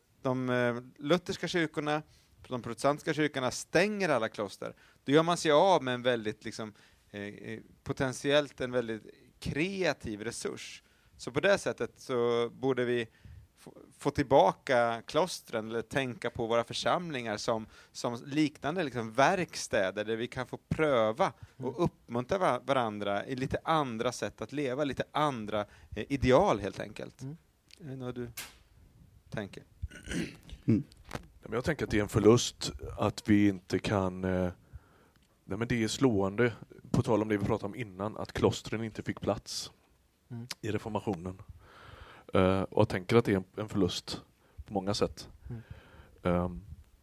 de eh, lutherska kyrkorna, de protestantiska kyrkorna stänger alla kloster, då gör man sig av med en väldigt liksom, eh, potentiellt en väldigt kreativ resurs. Så på det sättet så borde vi få tillbaka klostren, eller tänka på våra församlingar som, som liknande liksom verkstäder där vi kan få pröva och uppmuntra varandra i lite andra sätt att leva, lite andra eh, ideal helt enkelt. Mm. Är det något du tänker? Mm. Jag tänker att det är en förlust att vi inte kan... Eh, nej men det är slående, på tal om det vi pratade om innan, att klostren inte fick plats mm. i reformationen. Uh, och jag tänker att det är en, en förlust på många sätt. Mm. Um,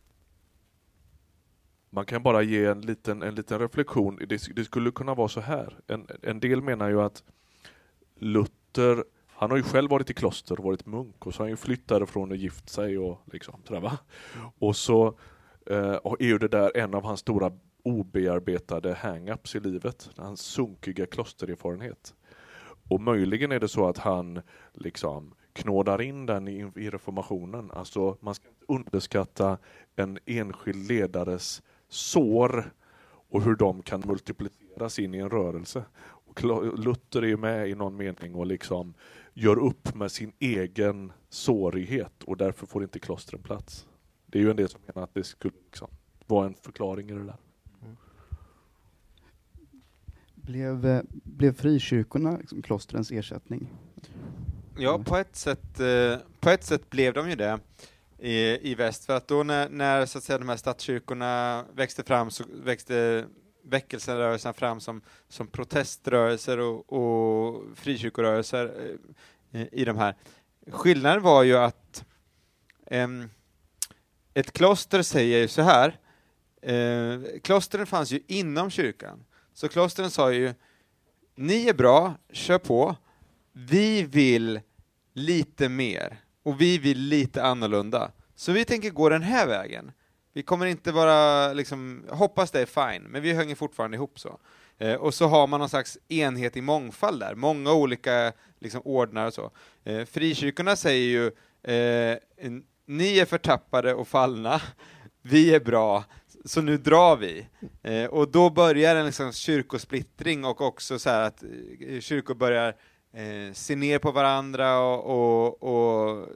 man kan bara ge en liten, en liten reflektion. Det, det skulle kunna vara så här. En, en del menar ju att Luther, han har ju själv varit i kloster och varit munk, och så har han ju flyttat därifrån och gift sig och liksom, tror jag, va? Mm. Och så uh, är ju det där en av hans stora obearbetade hang-ups i livet, hans sunkiga klostererfarenhet. Och möjligen är det så att han liksom knådar in den i, i reformationen. Alltså man ska inte underskatta en enskild ledares sår och hur de kan multipliceras in i en rörelse. Och Luther är ju med i någon mening och liksom gör upp med sin egen sårighet, och därför får inte klostren plats. Det är ju en del som menar att det skulle liksom vara en förklaring i det där. Blev, blev frikyrkorna liksom klostrens ersättning? Ja, på ett sätt, eh, på ett sätt blev de ju det i, i väst. För att då när, när så att säga, de här statskyrkorna växte fram, så växte väckelserörelsen fram som, som proteströrelser och, och frikyrkorörelser eh, i de här. Skillnaden var ju att eh, ett kloster säger ju så här. Eh, klostren fanns ju inom kyrkan. Så klostren sa ju, ni är bra, kör på. Vi vill lite mer. Och vi vill lite annorlunda. Så vi tänker gå den här vägen. Vi kommer inte vara, liksom, hoppas det är fine, men vi hänger fortfarande ihop så. Eh, och så har man någon slags enhet i mångfald där. Många olika liksom, ordnar och så. Eh, frikyrkorna säger ju, eh, ni är förtappade och fallna. Vi är bra. Så nu drar vi. Eh, och då börjar en liksom kyrkosplittring, och också så här att eh, kyrkor börjar eh, se ner på varandra och, och, och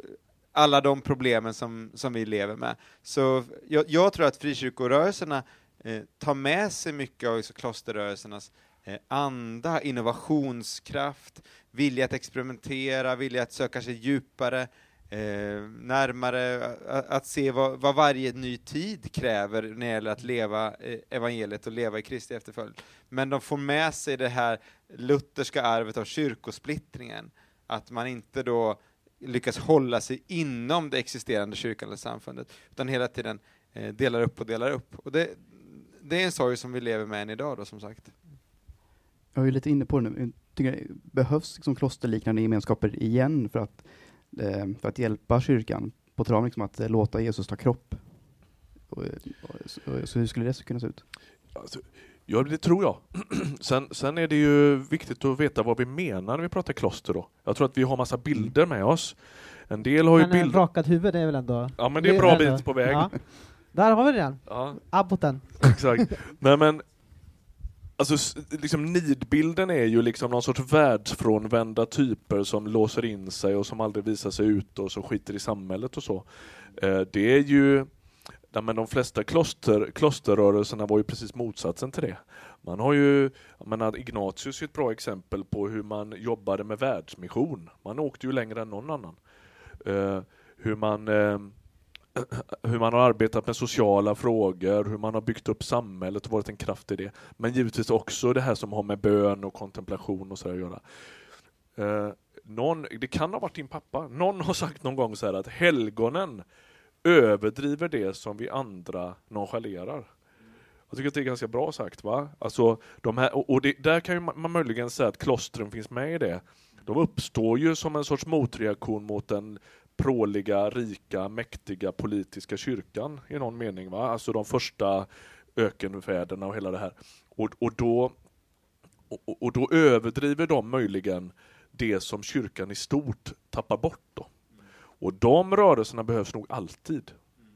alla de problemen som, som vi lever med. Så jag, jag tror att frikyrkorörelserna eh, tar med sig mycket av liksom klosterrörelsernas eh, anda, innovationskraft, vilja att experimentera, vilja att söka sig djupare, eh, närmare, att, att se vad, vad varje ny tid kräver när det gäller att leva eh, evangeliet och leva i Kristi efterföljd. Men de får med sig det här lutherska arvet av kyrkosplittringen, att man inte då lyckas hålla sig inom det existerande kyrkan eller samfundet, utan hela tiden eh, delar upp och delar upp. Och det, det är en sorg som vi lever med än idag då, som sagt. Jag är ju lite inne på det nu. Jag tycker, behövs liksom klosterliknande gemenskaper igen för att, eh, för att hjälpa kyrkan på traven, liksom att eh, låta Jesus ta kropp? Och, och, och, så hur skulle det kunna se ut? Alltså, ja, det tror jag. sen, sen är det ju viktigt att veta vad vi menar när vi pratar kloster då. Jag tror att vi har massa bilder med oss. En del har ju men bilder. rakat huvud är väl ändå... Ja, men det är en bra ändå. bit på väg. Ja. Där har vi den. Ja. Abboten. Exakt. Nej, men alltså s- liksom nidbilden är ju liksom någon sorts världsfrånvända typer som låser in sig och som aldrig visar sig ut och som skiter i samhället och så. Eh, det är ju ja, men de flesta kloster, klosterrörelserna var ju precis motsatsen till det. Man har ju, jag menar, Ignatius är ett bra exempel på hur man jobbade med världsmission. Man åkte ju längre än någon annan. Eh, hur man eh, hur man har arbetat med sociala frågor, hur man har byggt upp samhället och varit en kraft i det. Men givetvis också det här som har med bön och kontemplation och så att göra. Eh, någon, det kan ha varit din pappa. Någon har sagt någon gång så här att helgonen överdriver det som vi andra nonchalerar. Jag tycker att det är ganska bra sagt, va? Alltså, de här, och och det, där kan ju man, man möjligen säga att klostren finns med i det. De uppstår ju som en sorts motreaktion mot den pråliga, rika, mäktiga politiska kyrkan i någon mening, va? Alltså de första ökenfäderna och hela det här. Och, och, då, och, och då överdriver de möjligen det som kyrkan i stort tappar bort då. Och de rörelserna behövs nog alltid.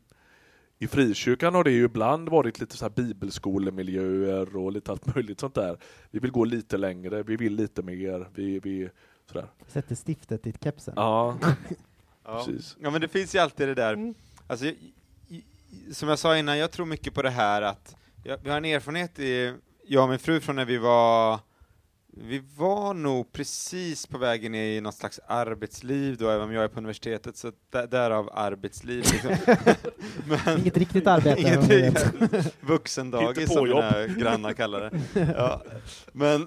I frikyrkan har det ju ibland varit lite så här bibelskolemiljöer och lite allt möjligt sånt där. Vi vill gå lite längre, vi vill lite mer, vi, vi sådär. Sätter stiftet i kepsen. Ja, Ja. precis. Ja, men det finns ju alltid det där. Mm. Alltså, jag, i- i- som jag sa innan, jag tror mycket på det här att jag, vi har en erfarenhet i, jag och min fru från när vi var vi var nog precis på vägen i något slags arbetsliv då, även om jag är på universitetet, så där, därav arbetsliv. Liksom. Men, Inget riktigt arbete. Inget om vi vet. riktigt vuxendagis som Hittepåjobb. mina grannar kallar det. Ja. Men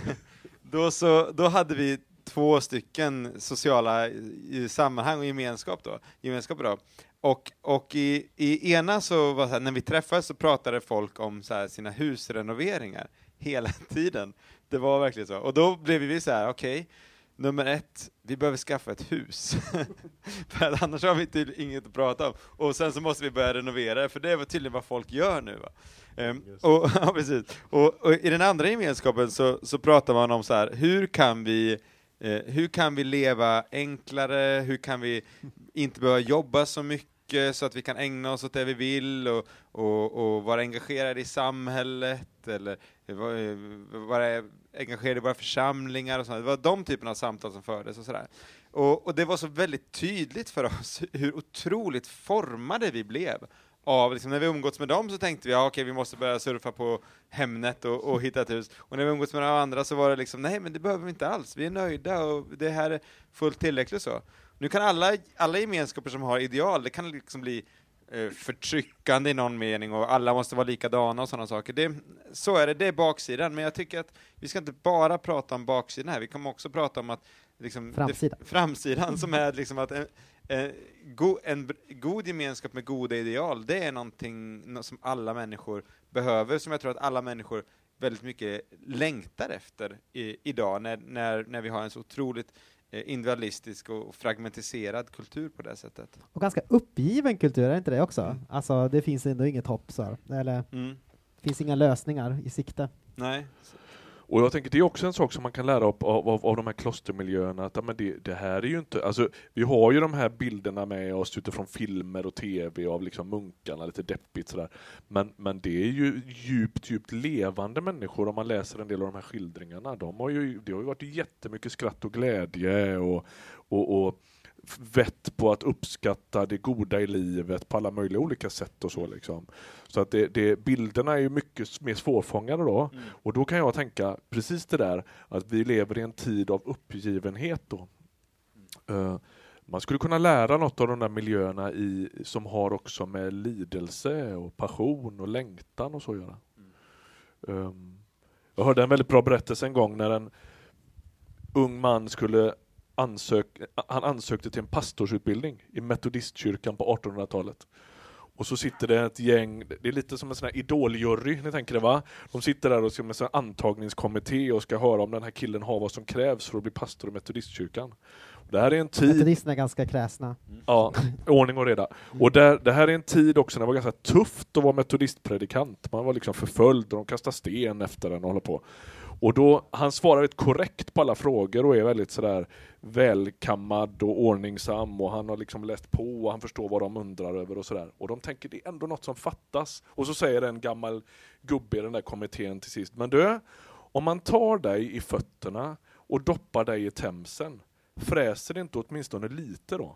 då, så, då hade vi två stycken sociala i, sammanhang och gemenskap då. Gemenskap då. Och, och i, i ena så var så här, när vi träffades så pratade folk om så här, sina husrenoveringar hela tiden. Det var verkligen så. Och då blev vi så här, okej, okay, nummer ett, vi behöver skaffa ett hus. För att annars har vi inte, inget att prata om. Och sen så måste vi börja renovera, för det var tydligen vad folk gör nu, va? Um, och, ja, precis. Och, och i den andra gemenskapen så, så pratar man om så här, hur kan vi eh, hur kan vi leva enklare, hur kan vi inte behöva jobba så mycket så att vi kan ägna oss åt det vi vill och, och, och vara engagerade i samhället eller vara engagerade i våra församlingar och sånt. Det var de typerna av samtal som fördes och sådär. Och, och det var så väldigt tydligt för oss hur otroligt formade vi blev. Av, liksom, när vi umgåtts med dem så tänkte vi, ja, okej, vi måste börja surfa på Hemnet och, och hitta ett hus. Och när vi umgåtts med de andra så var det liksom, nej, men det behöver vi inte alls. Vi är nöjda och det här är fullt tillräckligt så. Nu kan alla, alla gemenskaper som har ideal, det kan liksom bli eh, förtryckande i någon mening och alla måste vara likadana och sådana saker. Det, så är det, det är baksidan. Men jag tycker att vi ska inte bara prata om baksidan här. Vi kommer också prata om att liksom, Framsidan. Det, framsidan som är liksom att en, en, go, en god gemenskap med goda ideal, det är någonting som alla människor behöver, som jag tror att alla människor väldigt mycket längtar efter i, idag när, när, när vi har en så otroligt individualistisk och fragmentiserad kultur på det sättet. Och ganska uppgiven kultur, är det inte det också? Mm. Alltså, det finns ändå inget hopp så här. Eller mm. finns inga lösningar i sikte. Nej. Och jag tänker det är också en sak som man kan lära upp av, av, av de här klostermiljöerna, att men det, det här är ju inte, alltså vi har ju de här bilderna med oss utifrån filmer och tv av liksom munkarna, lite deppigt sådär, men, men det är ju djupt, djupt levande människor. Om man läser en del av de här skildringarna, de har ju, det har ju varit jättemycket skratt och glädje och, och, och vett på att uppskatta det goda i livet på alla möjliga olika sätt och så liksom. Så att det, det, bilderna är ju mycket mer svårfångade då. Mm. Och då kan jag tänka precis det där att vi lever i en tid av uppgivenhet då. Mm. Uh, man skulle kunna lära något av de där miljöerna i, som har också med lidelse och passion och längtan och så att göra. Mm. Um, jag hörde en väldigt bra berättelse en gång när en ung man skulle ansöka, han ansökte till en pastorsutbildning i metodistkyrkan på artonhundratalet. Och så sitter det ett gäng, det är lite som en sån här idoljury, ni tänker det va? De sitter där och ska med en sån här antagningskommitté och ska höra om den här killen har vad som krävs för att bli pastor i metodistkyrkan. Det här är en tid... Metodisterna är ganska kräsna. Ja, ordning och reda. Och där, det här är en tid också när det var ganska tufft att vara metodistpredikant. Man var liksom förföljd och de kastade sten efter den och håller på. Och då, han svarar väldigt korrekt på alla frågor och är väldigt sådär välkammad och ordningsam och han har liksom läst på och han förstår vad de undrar över och sådär. Och de tänker det är ändå något som fattas. Och så säger en gammal gubbe i den där kommittén till sist: men du, om man tar dig i fötterna och doppar dig i Themsen, fräser det inte åtminstone lite då?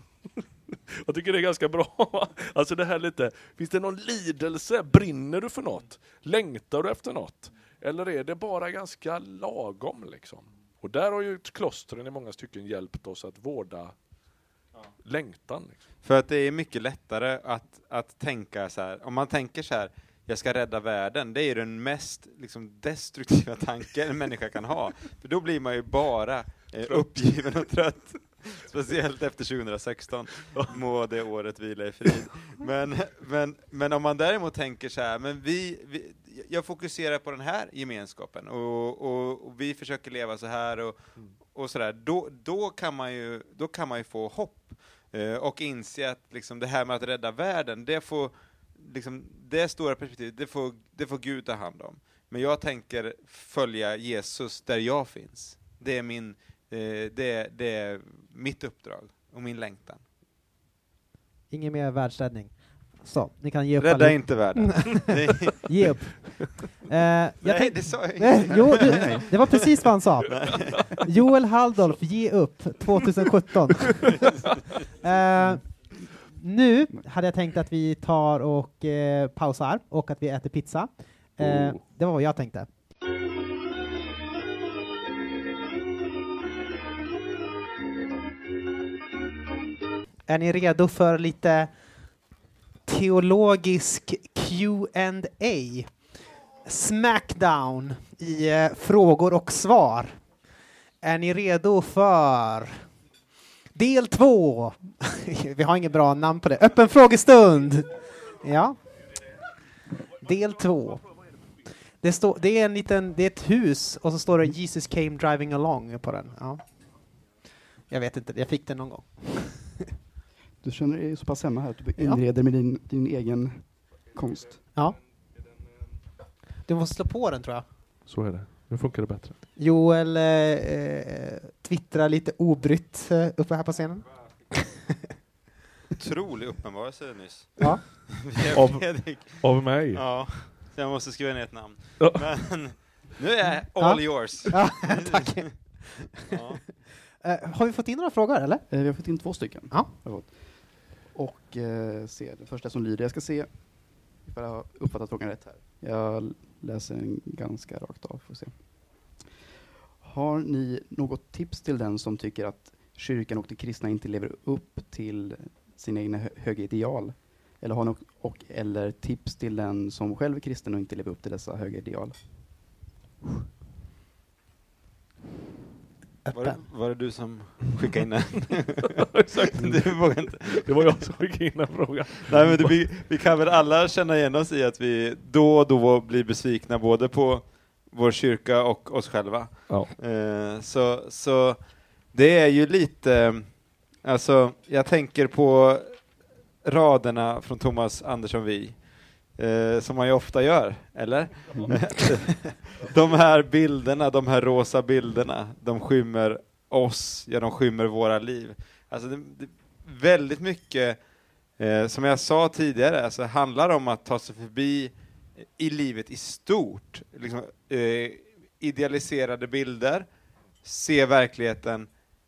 Jag tycker det är ganska bra. Alltså det här lite, finns det någon lidelse? Brinner du för något? Längtar du efter något? Eller är det bara ganska lagom liksom? Och där har ju klostren i många stycken hjälpt oss att vårda ja. längtan. Liksom. För att det är mycket lättare att, att tänka så här, om man tänker så här, jag ska rädda världen, det är den mest liksom, destruktiva tanken en människa kan ha. För då blir man ju bara eh, uppgiven och trött. Speciellt efter tjugohundrasexton. Må det året vila i frid. Men, men, men om man däremot tänker så här, men vi, vi, jag fokuserar på den här gemenskapen och, och, och vi försöker leva så här och, och så där. Då, då, kan man ju, då kan man ju få hopp eh, och inse att liksom, det här med att rädda världen, det får liksom, det stora perspektivet, det får, det får Gud ta hand om. Men jag tänker följa Jesus där jag finns. Det är min Eh, det, det är mitt uppdrag och min längtan. Ingen mer världsräddning. Så, ni kan ge upp. Rädda inte världen. Ge upp. Eh, jag Nej, tänk- det sa jag Nej, inte. jo, du, det var precis vad han sa. Joel Halldolf, ge upp tjugosjutton. eh, nu hade jag tänkt att vi tar och eh, pausar och att vi äter pizza. Eh, Oh. Det var vad jag tänkte. Är ni redo för lite teologisk Q and A? Smackdown i eh, frågor och svar. Är ni redo för del två? Vi har ingen bra namn på det. Öppen frågestund. Ja. Del två. Det, står, det är en liten, det är ett hus och så står det Jesus came driving along på den. Ja. Jag vet inte, jag fick den någon gång. Du känner dig så pass hemma här att du Ja. inreder med din, din egen konst. Ja. Du måste slå på den, tror jag. Så är det. Nu funkar det bättre. Joel eh, twittrar lite obrytt eh, uppe här på scenen. Otrolig uppenbarelse nyss. Ja. Av- Fredrik. Av mig? Ja, så jag måste skriva ner ett namn. Ja. Men nu är jag all Ja. yours. Ja, tack. Ja. Eh, har vi fått in några frågor, eller? Eh, vi har fått in två stycken. Ja. Har jag fått. Och eh, se, det första som lyder, jag ska se ifall jag har uppfattat frågan rätt här. Jag läser den ganska rakt av, får se. Har ni något tips till den som tycker att kyrkan och de kristna inte lever upp till sina egna hö- höga ideal? Eller har något, och, eller tips till den som själv är kristen och inte lever upp till dessa höga ideal? Var, det, var det du som skickade in den? Exakt. Du vågar inte. Det var jag som skickade in en fråga. Nej, men det, vi, vi kan väl alla känna igen oss i att vi då och då blir besvikna både på vår kyrka och oss själva. Ja. Eh, så, så det är ju lite, alltså jag tänker på raderna från Thomas Andersson Vi, eh, som man ju ofta gör, eller? Mm. De här bilderna, de här rosa bilderna, de skymmer oss, ja de skymmer våra liv. Alltså det, det, väldigt mycket, eh, som jag sa tidigare, alltså handlar om att ta sig förbi i livet i stort. Liksom, eh, idealiserade bilder, se verkligheten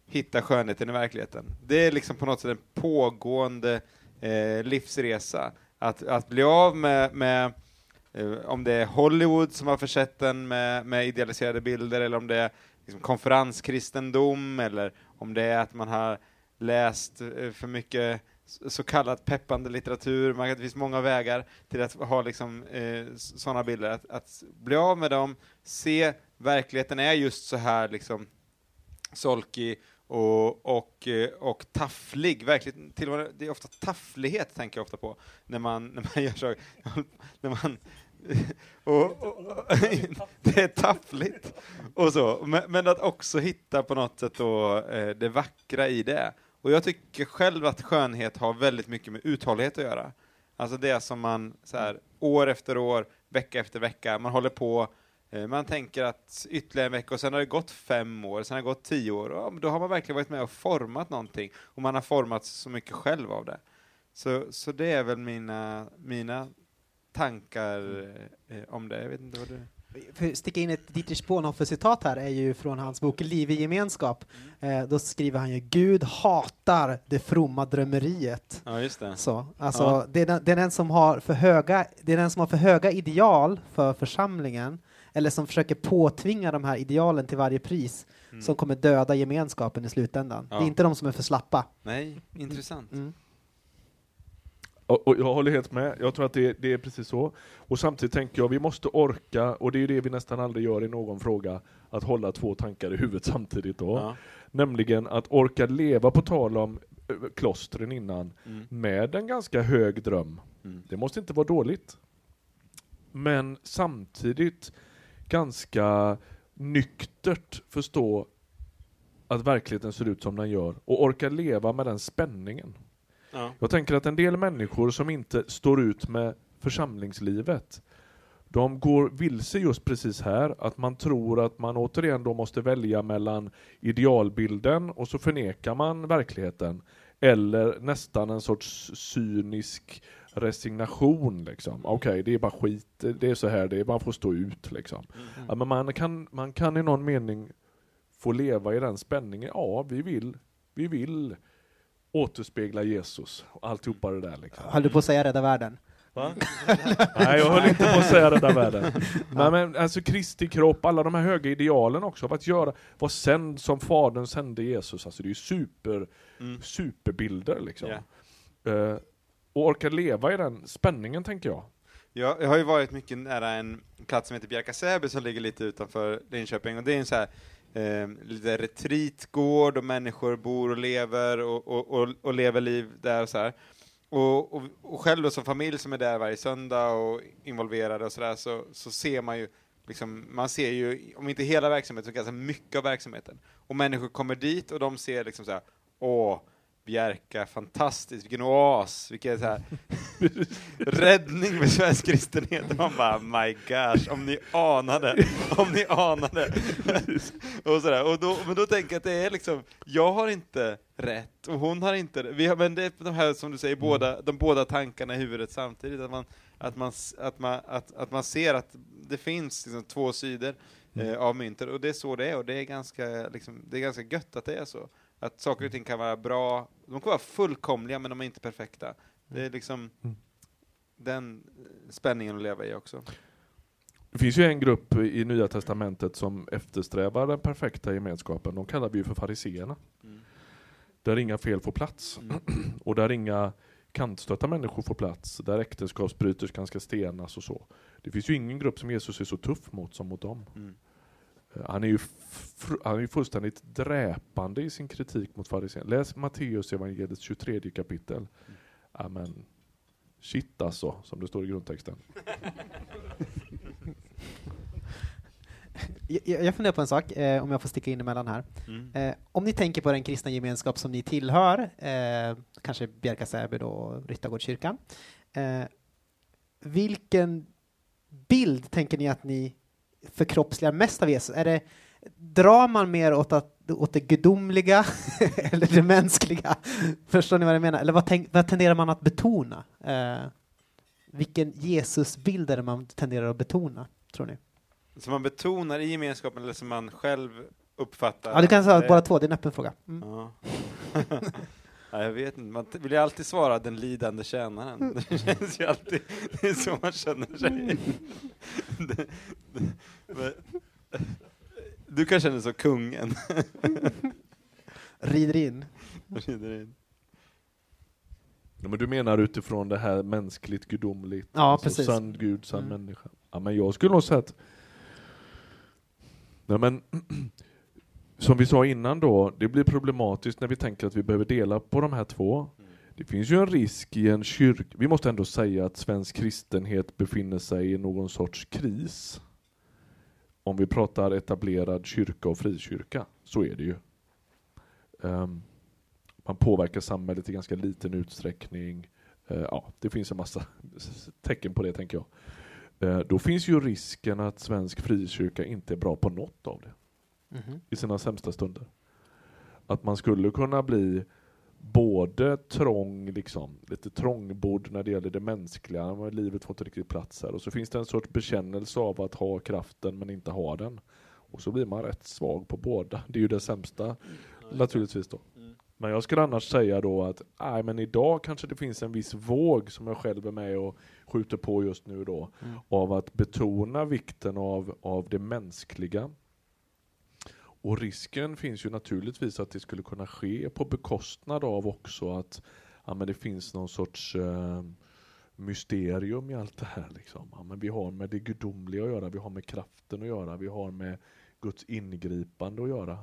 hitta skönheten i verkligheten. Det är liksom på något sätt en pågående eh, livsresa. Att, att bli av med, med eh, om det är Hollywood som har försett en med, med idealiserade bilder, eller om det är liksom konferenskristendom, eller om det är att man har läst eh, för mycket så kallat peppande litteratur. Man, det finns många vägar till att ha liksom, eh, sådana bilder. Att, att bli av med dem, se verkligheten är just så här liksom solkig och, och, och tafflig. Verkligen, till och med, det är ofta tafflighet tänker jag ofta på när man, när man gör så. När man, och, och, och, det är taffligt. Och så. Men, men att också hitta på något sätt då, eh, det vackra i det. Och jag tycker själv att skönhet har väldigt mycket med uthållighet att göra. Alltså det som man så här, år efter år, vecka efter vecka, man håller på, eh, man tänker att ytterligare en vecka och sen har det gått fem år, sen har det gått tio år. Och då har man verkligen varit med och format någonting. Och man har format så mycket själv av det. Så, så det är väl mina, mina tankar eh, om det. Jag vet inte vad du... För att sticka in ett Dietrich Bonhoeffer-citat här är ju från hans bok Liv i gemenskap. Mm. Eh, då skriver han ju: Gud hatar det fromma drömmeriet. Ja, just det. Så, alltså, ja. det, är den, det är den som har för höga, det är den som har för höga ideal för församlingen, eller som försöker påtvinga de här idealen till varje pris, mm. som kommer döda gemenskapen i slutändan. Ja. Det är inte de som är för slappa. Nej, intressant. Mm. Och, och jag håller helt med. Jag tror att det, det är precis så. Och samtidigt tänker jag, vi måste orka, och det är ju det vi nästan aldrig gör i någon fråga, att hålla två tankar i huvudet samtidigt då. Ja. Nämligen att orka leva, på tal om äh, klostren innan, mm. med en ganska hög dröm. Mm. Det måste inte vara dåligt. Men samtidigt ganska nyktert förstå att verkligheten ser ut som den gör. Och orka leva med den spänningen. Ja. Jag tänker att en del människor som inte står ut med församlingslivet, de går vilse just precis här, att man tror att man återigen då måste välja mellan idealbilden och så förnekar man verkligheten, eller nästan en sorts cynisk resignation liksom. Okej, okay, det är bara skit, det är så här, det är, man får stå ut liksom. Mm. Ja, men man kan, man kan i någon mening få leva i den spänningen. Ja, vi vill, vi vill återspegla Jesus och alltihopa det där liksom. Höll du på att säga rädda världen? Va? Nej, jag höll inte på att säga rädda världen. Men, men alltså Kristi kropp, alla de här höga idealen också, av att göra, vara sänd som Fadern sände Jesus. Alltså det är ju super, mm. superbilder liksom. Yeah. Uh, och orka leva i den spänningen, tänker jag. Ja, jag har ju varit mycket nära en plats som heter Bjärka-Säby som ligger lite utanför Linköping, och det är en så här Eh, lite retreatgård och människor bor och lever och, och, och, och lever liv där och så här. Och, och, och själv då som familj som är där varje söndag och involverade och sådär, så, så ser man ju liksom, man ser ju, om inte hela verksamheten så ganska mycket av verksamheten. Och människor kommer dit och de ser liksom så här: åh, Bjärka, fantastiskt, vilken oas, vilken så här räddning med svensk kristenhet. Man bara, my gosh, om ni anade, om ni anade. och sådär. Och då, men då tänker jag att det är liksom, jag har inte rätt och hon har inte rätt. Vi har, men det är de här, som du säger, mm. båda, de båda tankarna i huvudet samtidigt. Att man, att man, att man, att, att man ser att det finns liksom två sidor mm. eh, av myntet, och det är så det är, och det är ganska, liksom, det är ganska gött att det är så. Att saker och ting kan vara bra, de kan vara fullkomliga, men de är inte perfekta. Det är liksom mm. den spänningen att leva i också. Det finns ju en grupp i Nya Testamentet som eftersträvar den perfekta gemenskapen. De kallar vi ju för fariseerna. Mm. Där inga fel får plats. Mm. Och där inga kantstötta människor får plats. Där äktenskapsbryterskan ska stenas och så. Det finns ju ingen grupp som Jesus är så tuff mot som mot dem. Mm. Han är ju fr- han är ju fullständigt dräpande i sin kritik mot fariséerna. Läs Matteus evangeliets tjugotredje kapitel. Mm. Amen. Shit alltså, som det står i grundtexten. jag, jag funderar på en sak, eh, om jag får sticka in emellan här. Mm. Eh, om ni tänker på den kristna gemenskap som ni tillhör, eh, kanske Bjärka-Säby och Ryttargårdskyrkan. Eh, vilken bild tänker ni att ni förkroppsligar mest av Jesus? Är det, drar man mer åt, att, åt det gudomliga eller det mänskliga? Förstår ni vad jag menar? Eller vad, tänk, vad tenderar man att betona? Eh, vilken Jesusbild är det man tenderar att betona, tror ni? Som man betonar i gemenskapen, eller som man själv uppfattar... Ja, du kan säga det. båda två, det är en öppen fråga. Mm. Ja. Ja, jag vet inte, man t- vill ju alltid svara den lidande tjänaren. Det känns ju alltid, det är så man känner sig. det, det, men, du kan känna så kungen. Rider in. Rider in. Ja, men du menar utifrån det här mänskligt, gudomligt, Ja, alltså precis. sann Gud, sann Mm. människa. Ja, men jag skulle nog säga att nej, men som vi sa innan då, det blir problematiskt när vi tänker att vi behöver dela på de här två. Mm. Det finns ju en risk i en kyrka. Vi måste ändå säga att svensk kristenhet befinner sig i någon sorts kris. Om vi pratar etablerad kyrka och frikyrka, så är det ju. Um, man påverkar samhället i ganska liten utsträckning. Uh, ja, det finns en massa tecken på det, tänker jag. Uh, då finns ju risken att svensk frikyrka inte är bra på något av det. Mhm. I sina sämsta stunder. Att man skulle kunna bli både trång, liksom, lite trångbodd när det gäller det mänskliga, men livet får inte riktigt plats här. Och så finns det en sorts bekännelse av att ha kraften men inte ha den. Och så blir man rätt svag på båda. Det är ju det sämsta, mm. naturligtvis då. Mm. Men jag skulle annars säga då att nej, men idag kanske det finns en viss våg som jag själv är med och skjuter på just nu då. Mm. Av att betona vikten av, av det mänskliga. Och risken finns ju naturligtvis att det skulle kunna ske på bekostnad av också att ja, men det finns någon sorts eh, mysterium i allt det här. Liksom. Ja, men vi har med det gudomliga att göra, vi har med kraften att göra, vi har med Guds ingripande att göra.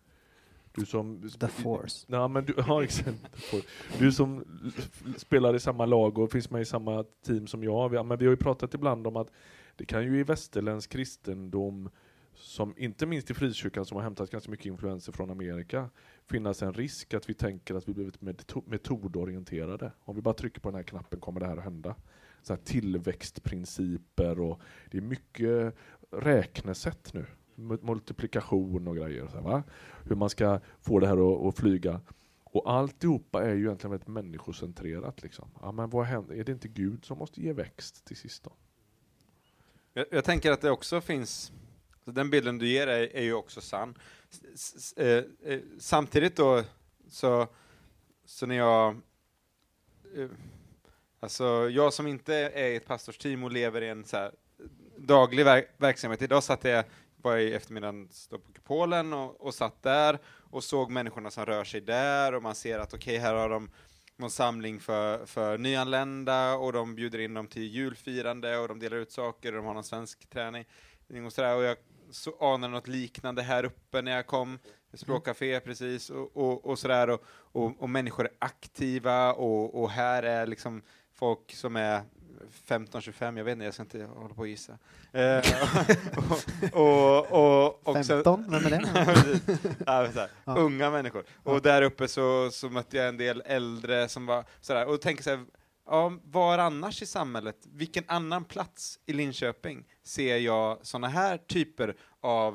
Du som... The Force. Ja, men du, ja, exakt. Du som spelar i samma lag och finns med i samma team som jag. Ja, men vi har ju pratat ibland om att det kan ju i västerländsk kristendom, som inte minst i frikyrkan som har hämtat ganska mycket influenser från Amerika, finnas en risk att vi tänker att vi blivit metodorienterade. Om vi bara trycker på den här knappen kommer det här att hända. Så här tillväxtprinciper och det är mycket räknesätt nu. Multiplikation och grejer. Så här, va? Hur man ska få det här att, att flyga. Och alltihopa är ju egentligen väldigt människocentrerat. Liksom. Ja, men vad händer? Är det inte Gud som måste ge växt till sist då? Jag, jag tänker att det också finns... Så den bilden du ger är, är ju också sann. S- s- eh, eh, samtidigt då så, så när jag eh, alltså jag som inte är i ett pastorsteam och lever i en så här daglig verk- verksamhet. Idag satt jag bara i eftermiddagen på Kupolen och, och satt där och såg människorna som rör sig där och man ser att okej, okay, här har de någon samling för, för nyanlända och de bjuder in dem till julfirande och de delar ut saker och de har någon svensk träning och sådär, och jag så anar något liknande här uppe när jag kom, språkcafé precis och, och, och sådär och, och, och människor är aktiva och, och här är liksom folk som är femton tjugofem, jag vet inte, jag ska inte hålla på och gissa. Eh, och, och, och, och femton, vem är det? ja, så här, ja. Unga människor. Och ja. Där uppe så, så mötte jag en del äldre som var sådär, och tänker så här, ja, var annars i samhället, vilken annan plats i Linköping ser jag såna här typer av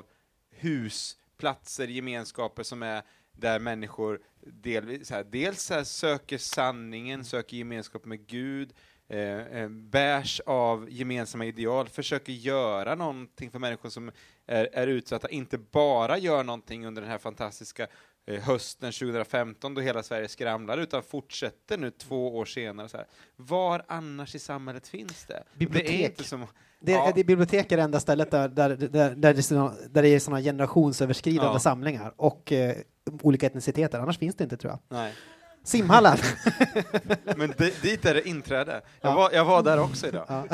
husplatser, gemenskaper som är där människor delvis, så här, dels så här, söker sanningen, söker gemenskap med Gud, eh, eh, bärs av gemensamma ideal, försöker göra någonting för människor som är, är utsatta, inte bara gör någonting under den här fantastiska eh, hösten tjugohundrafemton då hela Sverige skramlar, utan fortsätter nu två år senare. Så här. Var annars i samhället finns det? Bibliotek. Det är inte som... Det, ja. det bibliotek är det enda stället där, där, där, där, det, är såna, där det är såna generationsöverskridande Ja. samlingar och eh, olika etniciteter. Annars finns det inte, tror jag. Nej. Simhallar. Men d- dit är det inträde. Jag, Ja. var, jag var där också idag. Ja.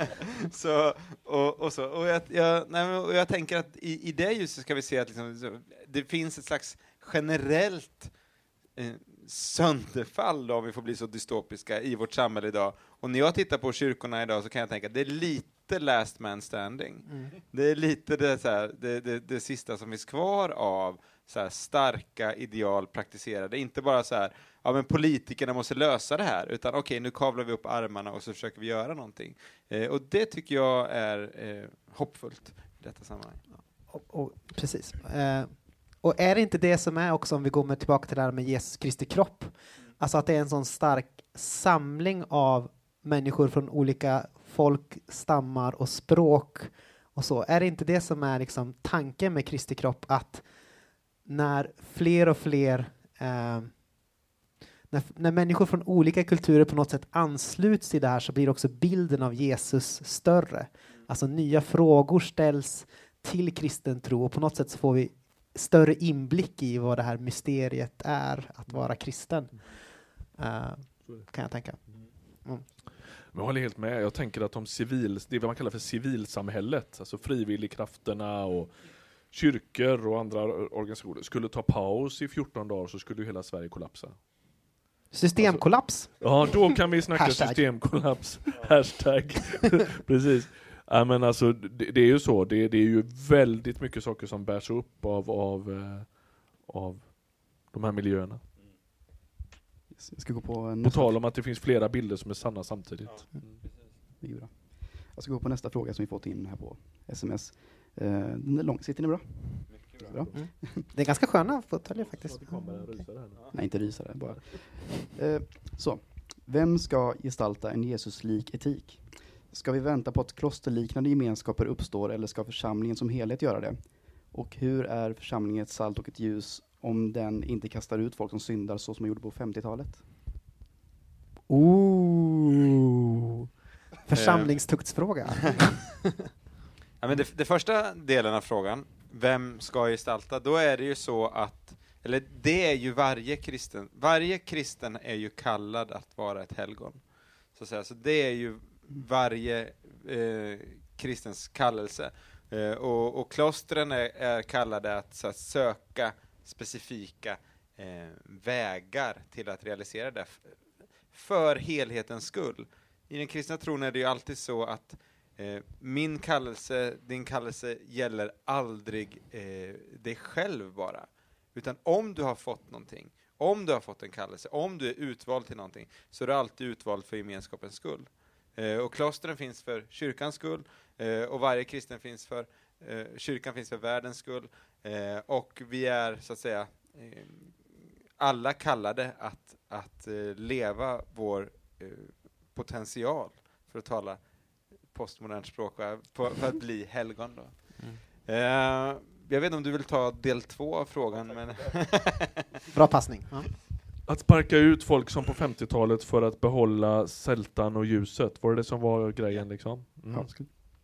så, och, och, så, och, jag, jag, nej, men, och jag tänker att i, i det ljuset ska vi se att liksom, så, det finns ett slags generellt eh, sönderfall, då, om vi får bli så dystopiska, i vårt samhälle idag. Och när jag tittar på kyrkorna idag så kan jag tänka att det är lite last man standing. Mm. Det är lite det, så här, det, det, det sista som finns kvar av så här, starka ideal praktiserade. Inte bara så här, ja men politikerna måste lösa det här, utan okej, okay, nu kavlar vi upp armarna och så försöker vi göra någonting. Eh, och det tycker jag är eh, hoppfullt i detta sammanhang. Och, och, precis. Eh, och är det inte det som är också, om vi går med tillbaka till det här med Jesus Kristi kropp, mm. alltså att det är en sån stark samling av människor från olika folk, stammar och språk och så. Är det inte det som är liksom tanken med Kristi kropp, att när fler och fler eh, när, när människor från olika kulturer på något sätt ansluts till det här, så blir också bilden av Jesus större. Alltså nya frågor ställs till kristen tro, och på något sätt så får vi större inblick i vad det här mysteriet är att vara kristen. Uh, kan jag tänka. Mm. Men jag håller helt med. Jag tänker att de civil, det är vad man kallar för civilsamhället, alltså frivilligkrafterna och kyrkor och andra organisationer skulle ta paus i fjorton dagar, så skulle ju hela Sverige kollapsa. Systemkollaps. Alltså, ja, då kan vi snacka Hashtag. systemkollaps. Hashtag. Precis. Ja, men alltså, det, det är ju så. Det, det är ju väldigt mycket saker som bärs upp av, av, eh, av de här miljöerna. Jag ska gå på På tal om att det finns flera bilder som är sanna samtidigt. Ja. Mm. Det är bra. Jag ska gå på nästa fråga som vi fått in här på sms. Uh, den är lång. Sitter ni bra? Mycket bra. Mm. Det är ganska sköna fåtöljer faktiskt. Nej, inte rysare. Bara. Uh, så. Vem ska gestalta en Jesuslik etik? Ska vi vänta på att klosterliknande gemenskaper uppstår, eller ska församlingen som helhet göra det? Och hur är församlingen ett salt och ett ljus om den inte kastar ut folk som syndar så som man gjorde på femtiotalet? Ooh. Församlingstuktsfråga. Ja, men det, det första delen av frågan, vem ska gestalta, då är det ju så att, eller det är ju varje kristen, varje kristen är ju kallad att vara ett helgon. Så att säga. Så det är ju varje eh, kristens kallelse. Eh, och, och klostren är, är kallade att, så att söka specifika eh, vägar till att realisera det f- för helhetens skull. I den kristna tron är det ju alltid så att eh, min kallelse, din kallelse gäller aldrig eh, dig själv bara. Utan om du har fått någonting, om du har fått en kallelse, om du är utvald till någonting, så är du alltid utvald för gemenskapens skull. Eh, och klostren finns för kyrkans skull, eh, och varje kristen finns för, eh, kyrkan finns för världens skull. Eh, och vi är, så att säga, eh, alla kallade att, att eh, leva vår eh, potential, för att tala postmodernt språk, på, för att bli helgon då. Mm. Eh, jag vet inte om du vill ta del två av frågan, men Bra passning. Ja. Att sparka ut folk som på femtiotalet för att behålla sältan och ljuset, var det det som var grejen liksom? Mm. Ja.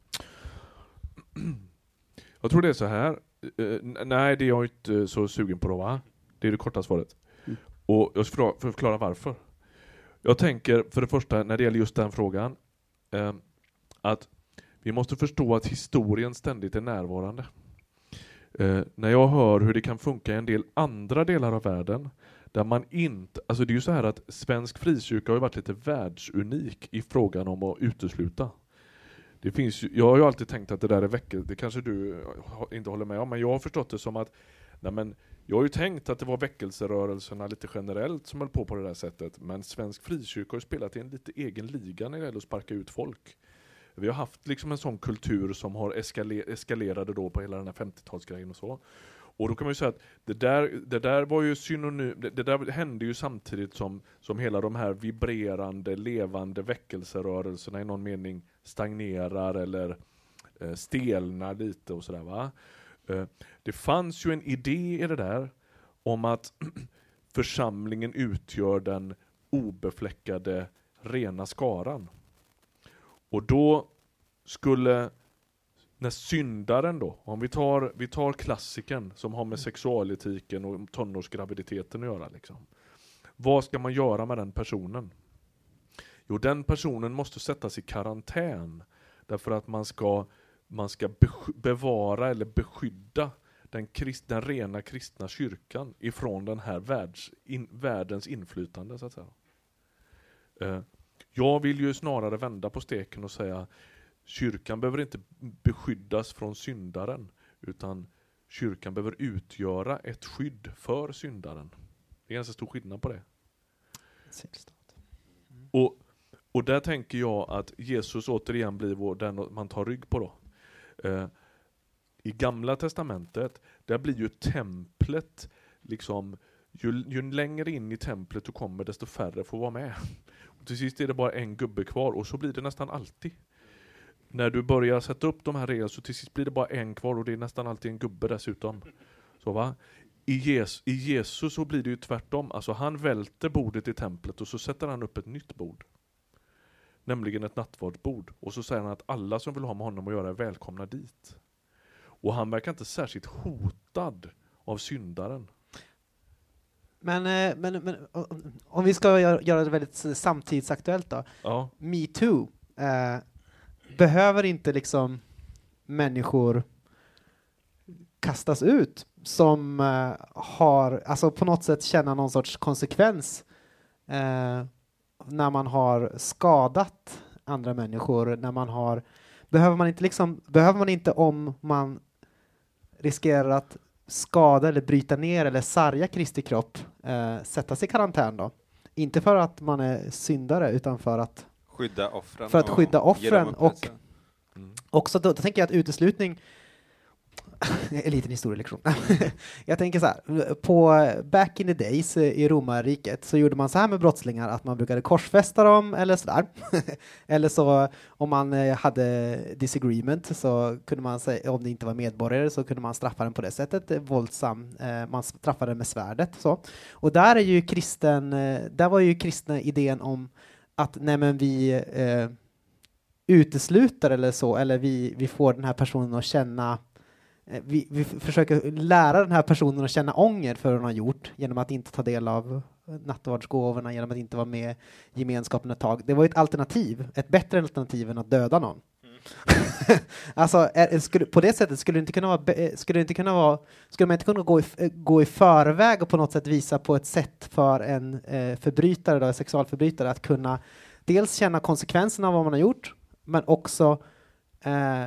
Jag tror det är så här. Uh, nej, det är jag inte så sugen på då, va? Det är det korta svaret. Mm. Och jag ska förklara, förklara varför. Jag tänker för det första, när det gäller just den frågan, uh, att vi måste förstå att historien ständigt är närvarande. Uh, när jag hör hur det kan funka i en del andra delar av världen, där man inte, alltså det är ju så här att svensk frikyrka har ju varit lite världsunik i frågan om att utesluta. Det finns ju, jag har ju alltid tänkt att det där är väckelse, det kanske du inte håller med om, men jag har förstått det som att, nej men, jag har ju tänkt att det var väckelserörelserna lite generellt som höll på på det där sättet, men svensk frikyrka har ju spelat i en lite egen liga när det gäller att sparka ut folk. Vi har haft liksom en sån kultur som har eskaler- eskalerade då på hela den här femtiotalsgrejen och så. Och då kan man ju säga att det där, det där var ju synonym, det, det där hände ju samtidigt som, som hela de här vibrerande, levande väckelserörelserna i någon mening stagnerar eller eh, stelnar lite och sådär, va? Eh, det fanns ju en idé i det där om att församlingen utgör den obefläckade rena skaran. Och då skulle, när syndaren då, om vi tar, vi tar klassiken som har med sexualetiken och tonårsgraviditeten att göra liksom. Vad ska man göra med den personen? Jo, den personen måste sättas i karantän därför att man ska, man ska bevara eller beskydda den, krist, den rena kristna kyrkan ifrån den här världs, in, världens inflytande, så att säga. Eh, jag vill ju snarare vända på steken och säga kyrkan behöver inte beskyddas från syndaren, utan kyrkan behöver utgöra ett skydd för syndaren. Det är ganska stor skillnad på det. Mm. Och, och där tänker jag att Jesus återigen blir vår, den man tar rygg på då. Eh, I Gamla testamentet, där blir ju templet liksom, ju, ju längre in i templet du kommer, desto färre får vara med. Och till sist är det bara en gubbe kvar, och så blir det nästan alltid. När du börjar sätta upp de här reglerna, så till sist blir det bara en kvar, och det är nästan alltid en gubbe dessutom. Så va? i, Jesus, I Jesus så blir det ju tvärtom. Alltså han välter bordet i templet och så sätter han upp ett nytt bord. Nämligen ett nattvardsbord. Och så säger han att alla som vill ha med honom att göra är välkomna dit. Och han verkar inte särskilt hotad av syndaren. Men, eh, men, men om vi ska göra, göra det väldigt samtidsaktuellt då. Ja. Me Too. Eh, behöver inte liksom människor kastas ut som eh, har, alltså på något sätt känna någon sorts konsekvens eh, när man har skadat andra människor, när man har, behöver man inte liksom, behöver man inte om man riskerar att skada eller bryta ner eller sarga Kristi kropp, eh, sätta sig i karantän då? Inte för att man är syndare utan för att skydda offren. För att skydda offren och Mm. också då, då tänker jag att uteslutning en liten historielektion. Jag tänker så här, på back in the days i romarriket så gjorde man så här med brottslingar att man brukade korsfästa dem eller så där. Eller så om man hade disagreement så kunde man säga, om det inte var medborgare så kunde man straffa den på det sättet, våldsam, man straffade med svärdet så. Och där är ju kristen, där var ju kristna idén om att nej men vi eh, utesluter eller så, eller vi, vi får den här personen att känna, eh, vi, vi försöker lära den här personen att känna ånger för vad hon har gjort genom att inte ta del av nattvardsgåvorna, genom att inte vara med i gemenskapen ett tag. Det var ett alternativ, ett bättre alternativ än att döda någon. Mm. Alltså är, skulle, på det sättet skulle det inte kunna vara, skulle det inte kunna vara, skulle man inte kunna gå i, gå i förväg och på något sätt visa på ett sätt för en eh, förbrytare, då, en sexualförbrytare att kunna dels känna konsekvenserna av vad man har gjort, men också eh,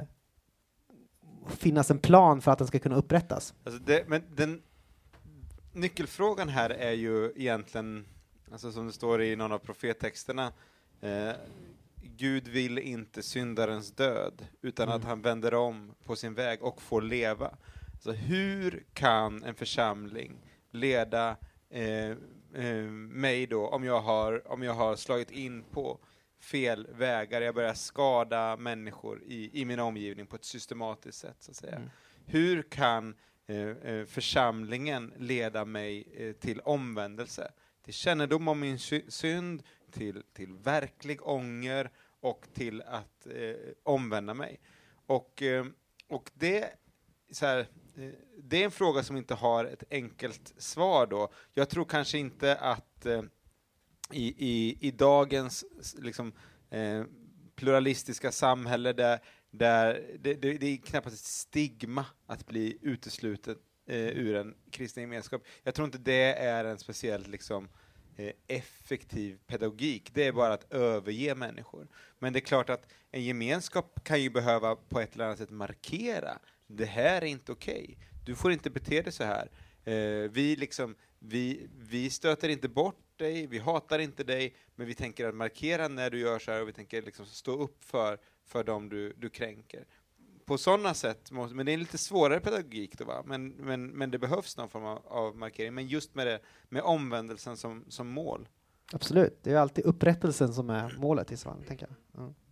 finnas en plan för att den ska kunna upprättas. Alltså det, men den nyckelfrågan här är ju egentligen, alltså som det står i någon av profettexterna, eh, Gud vill inte syndarens död, utan mm. att han vänder om på sin väg och får leva. Så hur kan en församling leda eh, eh, mig då om jag har, om jag har slagit in på fel vägar, jag börjar skada människor i, i min omgivning på ett systematiskt sätt så att säga. Mm. Hur kan eh, församlingen leda mig eh, till omvändelse, till kännedom om min sy- synd, till, till verklig ånger och till att eh, omvända mig. Och, eh, och det, så här, eh, det är en fråga som inte har ett enkelt svar då. Jag tror kanske inte att eh, i, i, i dagens liksom, eh, pluralistiska samhälle där, där det, det, det är knappast ett stigma att bli utesluten eh, ur en kristen gemenskap. Jag tror inte det är en speciellt liksom, eh, effektiv pedagogik. Det är bara att överge människor. Men det är klart att en gemenskap kan ju behöva på ett eller annat sätt markera. Det här är inte okej. Okay. Du får inte bete dig så här. Eh, vi, liksom, vi, vi stöter inte bort dig, vi hatar inte dig, men vi tänker att markera när du gör så här och vi tänker liksom stå upp för, för dem du, du kränker. På sådana sätt, måste, men det är en lite svårare pedagogik då, va? Men, men, men det behövs någon form av, av markering, men just med, det, med omvändelsen som, som mål. Absolut, det är alltid upprättelsen som är målet i Svan, tänker jag. Mm.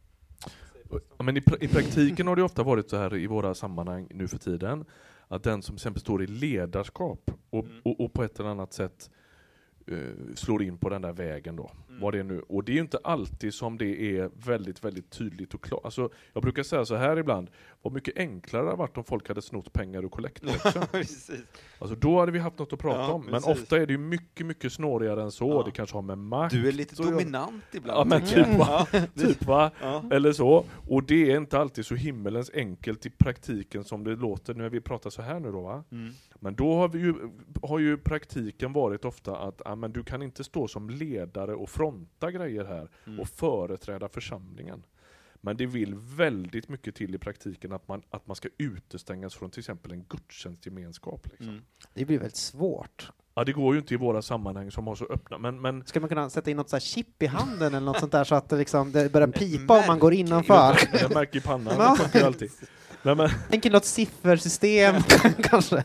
Ja, men i, pra- i praktiken har det ofta varit så här i våra sammanhang nu för tiden att den som exempel står i ledarskap och, mm. och, och på ett eller annat sätt uh, slår in på den där vägen då. Mm. Vad det är nu. Och det är ju inte alltid som det är väldigt, väldigt tydligt och klart. Alltså, jag brukar säga så här ibland, vad mycket enklare det hade varit om folk hade snott pengar och kollektor. Alltså då hade vi haft något att prata ja, om. Men precis. Ofta är det ju mycket, mycket snårigare än så. Ja. Det kanske har med makt. Du är lite dominant jag... ibland. Ja, men typ va? typ va? Ja. Eller så. Och det är inte alltid så himmelens enkelt i praktiken som det låter när vi pratar så här nu då, va? Mm. Men då har vi ju, har ju praktiken varit ofta att ja, men du kan inte stå som ledare och fronta grejer här mm. och företräda församlingen. Men det vill väldigt mycket till i praktiken att man, att man ska utestängas från till exempel en gudstjänstgemenskap. Liksom. Mm. Det blir väldigt svårt. Ja, det går ju inte i våra sammanhang som har så öppna. Men, men... Ska man kunna sätta in något så här chip i handen eller något sånt där så att det, liksom, det börjar pipa om man går innanför? Jag märker i pannan, det funkar ju alltid. Nej, men... Tänk något siffersystem kanske.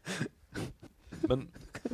Men...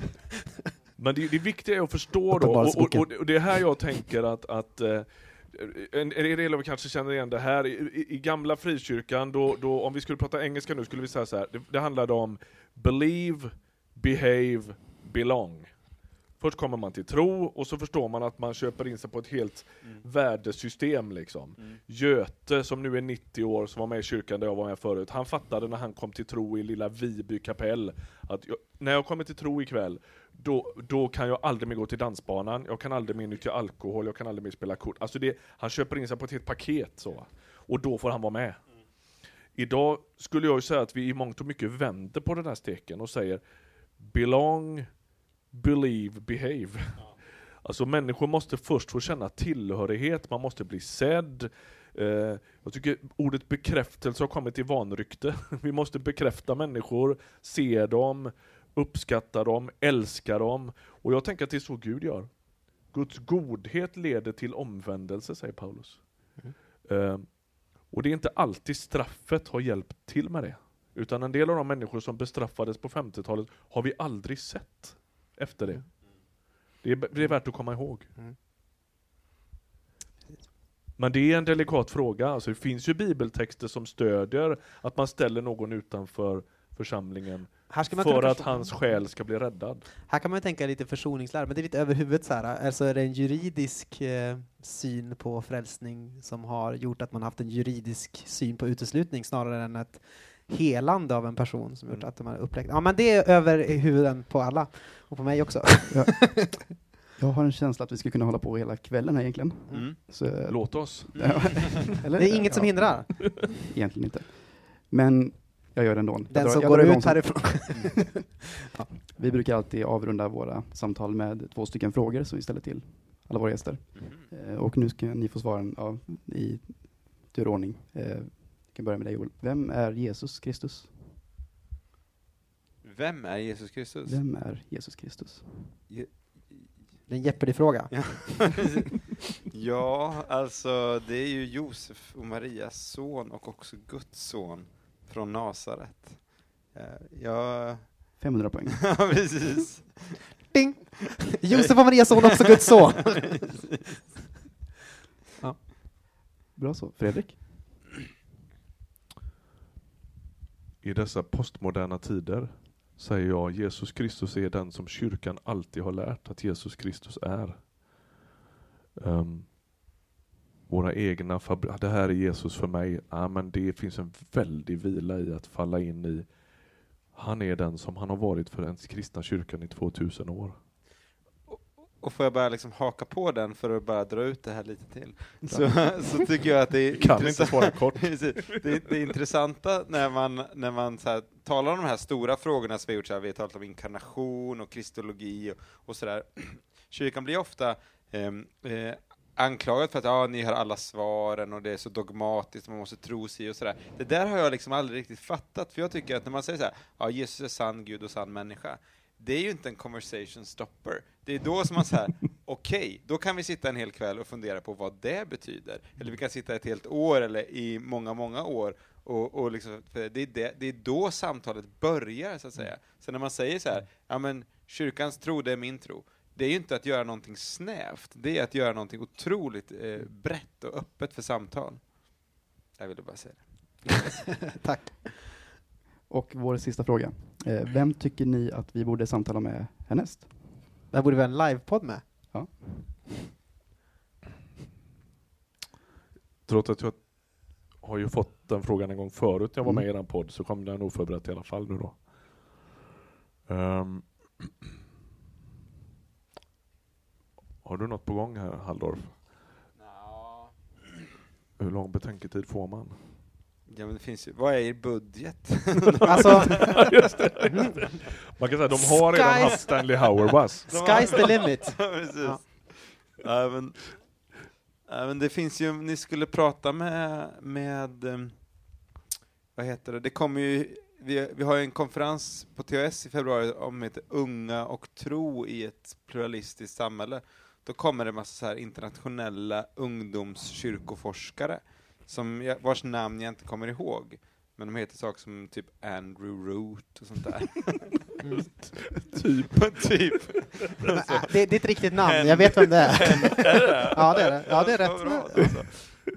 Men det, det viktiga är att förstå då, och, och, och, och det är här jag tänker att, att eh, en, en del av er kanske känner igen det här, i, i, i gamla frikyrkan, då, då, om vi skulle prata engelska nu skulle vi säga så här, det, det handlade om believe, behave, belong. Först kommer man till tro och så förstår man att man köper in sig på ett helt mm. värdesystem liksom. Mm. Göte som nu är nittio år, som var med i kyrkan där jag var med förut, han fattade när han kom till tro i lilla Viby kapell att jag, när jag kommer till tro ikväll då, då kan jag aldrig mer gå till dansbanan, jag kan aldrig mer nyttja alkohol, jag kan aldrig mer spela kort. Alltså det, han köper in sig på ett helt paket så. Och då får han vara med. Mm. Idag skulle jag ju säga att vi i mångt och mycket vänder på den här steken och säger belong, believe, behave. Ja. Alltså människor måste först få känna tillhörighet, man måste bli sedd. Eh, jag tycker ordet bekräftelse har kommit i vanrykte. Vi måste bekräfta människor, se dem, uppskatta dem, älska dem. Och jag tänker att det är så Gud gör. Guds godhet leder till omvändelse, säger Paulus. Mm. Eh, och det är inte alltid straffet har hjälpt till med det. Utan en del av de människor som bestraffades på femtiotalet har vi aldrig sett efter det. Mm. Det, är, det är värt att komma ihåg. Mm. Men det är en delikat fråga. Alltså det finns ju bibeltexter som stödjer att man ställer någon utanför församlingen här ska man för att hans själ ska bli räddad. Här kan man tänka lite försoningslära, men det är lite över huvudet så här. Alltså är det en juridisk eh, syn på frälsning som har gjort att man haft en juridisk syn på uteslutning snarare än ett helande av en person som gjort att de har uppläggt. Ja, men det är över huvuden på alla och på mig också. Ja. Jag har en känsla att vi ska kunna hålla på hela kvällen här egentligen. Mm. Så, låt oss. Eller? Det är inget som ja. hindrar. Egentligen inte. Men jag gör det ändå. Den drar, som går ut härifrån. Ja. Vi brukar alltid avrunda våra samtal med två stycken frågor som vi ställer till alla våra gäster. Mm. Och nu ska ni få svara ja, i turordning. Jag kan börja med dig, Joel. Vem är Jesus Kristus? Vem är Jesus Kristus? Vem är Jesus Kristus? Je- Det är en Jeopardy-fråga. Ja. Ja, alltså det är ju Josef och Marias son och också Guds son från Nasaret. Ja. femhundra poäng. Ja, precis. Ding! Josef och Marias son, också Guds son. Ja. Bra så. Fredrik? I dessa postmoderna tider säger jag Jesus Kristus är den som kyrkan alltid har lärt att Jesus Kristus är. Um, våra egna fabri- det här är Jesus för mig. Ja, men det finns en väldig vila i att falla in i. Han är den som han har varit för den kristna kyrkan i tvåtusen år. Och får jag bara liksom haka på den för att bara dra ut det här lite till. Så, så tycker jag att det är kan inte svara kort. det, det är intressanta när man, när man så här, talar om de här stora frågorna som vi har gjort. Så här, vi har talat om inkarnation och kristologi och, och sådär. Kyrkan blir ofta eh, eh, anklagad för att ja, ni har alla svaren och det är så dogmatiskt och man måste tro sig och sådär. Det där har jag liksom aldrig riktigt fattat. För jag tycker att när man säger så här, ja, Jesus är sann Gud och sann människa. Det är ju inte en conversation stopper. Det är då som man säger, okej, okay, då kan vi sitta en hel kväll och fundera på vad det betyder. Eller vi kan sitta ett helt år eller i många, många år. Och, och liksom, för det, är det, det är då samtalet börjar, så att säga. Så när man säger så här, ja men kyrkans tro, det är min tro. Det är ju inte att göra någonting snävt. Det är att göra någonting otroligt eh, brett och öppet för samtal. Jag ville bara säga det. Tack. Och vår sista fråga. Eh, vem tycker ni att vi borde samtala med härnäst? Det borde vi ha en livepodd med. Ja. Trots att jag har ju fått den frågan en gång förut jag var med mm. i den podd, så kom den oförberett i alla fall nu då. Um, har du något på gång här, Halldorf? No. Hur lång betänketid får man? Ja, men det finns ju. Vad är er budget? Alltså, just det, just det. Man kan säga att de har redan Skies. haft Stanley Hauerwas. Sky's the limit. Precis. Ja. Ja, men, ja, men det finns ju, ni skulle prata med, med vad heter det? Det kommer ju, vi, vi har ju en konferens på T H S i februari om heter Unga och tro i ett pluralistiskt samhälle. Då kommer det en massa så här internationella ungdomskyrkoforskare som jag, vars namn jag inte kommer ihåg. Men de heter saker som typ Andrew Root och sånt där. Mm. typ. typ. Men, äh, det, det är ett riktigt namn, jag vet vem det är. är det? Ja, det är det. Ja, det är rätt. Bra, alltså.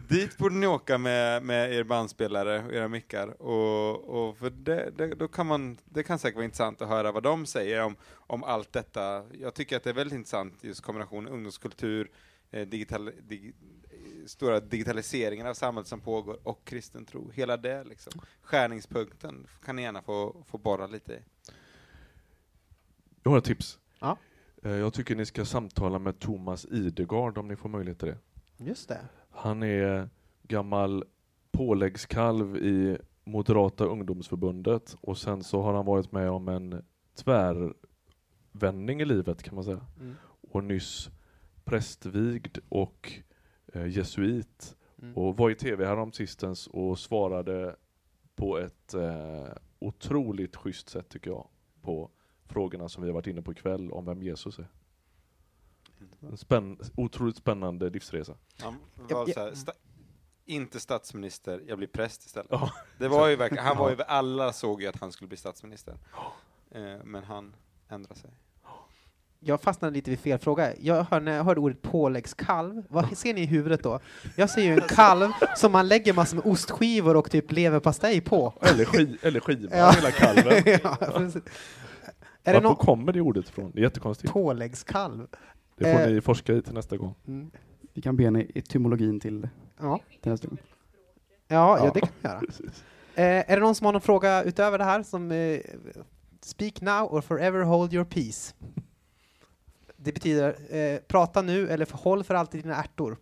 Dit borde ni åka med, med er bandspelare och era mickar. Och, och för det, det, då kan man, det kan säkert vara intressant att höra vad de säger om, om allt detta. Jag tycker att det är väldigt intressant just kombinationen ungdomskultur, eh, digital, dig, stora digitaliseringen av samhället som pågår och kristen tro. Hela det liksom. Skärningspunkten kan ni gärna få, få borra lite i. Jag har ett tips. Ja. Jag tycker ni ska samtala med Thomas Idegard om ni får möjlighet till det. Just det. Han är gammal påläggskalv i Moderata ungdomsförbundet och sen så har han varit med om en tvärvändning i livet kan man säga. Mm. Och nyss prästvigd och eh, jesuit mm. och var i tv härom sistens och svarade på ett eh, otroligt schysst sätt tycker jag på frågorna som vi har varit inne på ikväll om vem Jesus är. En spänn, otroligt spännande livsresa. Han var så här, sta- inte statsminister, jag blir präst istället. Ja. Det var ju verkligen, han var ju, alla såg ju att han skulle bli statsminister. Eh, men han ändrade sig. Jag fastnade lite vid fel fråga. Jag hör, när jag hörde ordet påläggskalv, vad ser ni i huvudet då? Jag ser ju en kalv som man lägger massor med ostskivor och typ leverpastej på. Eller, sk- eller skiva, ja. hela kalven. Ja, precis. Är Varför det no- kommer det ordet ifrån? Det är jättekonstigt. Påläggskalv. Det får eh. ni forska i till nästa gång. Mm. Vi kan be en etymologin till, ja. till nästa gång. Ja, ja, Ja. det kan vi göra. Eh, är det någon som har någon fråga utöver det här? Som eh, speak now or forever hold your peace. Det betyder eh, prata nu eller förhåll för alltid dina ärtor.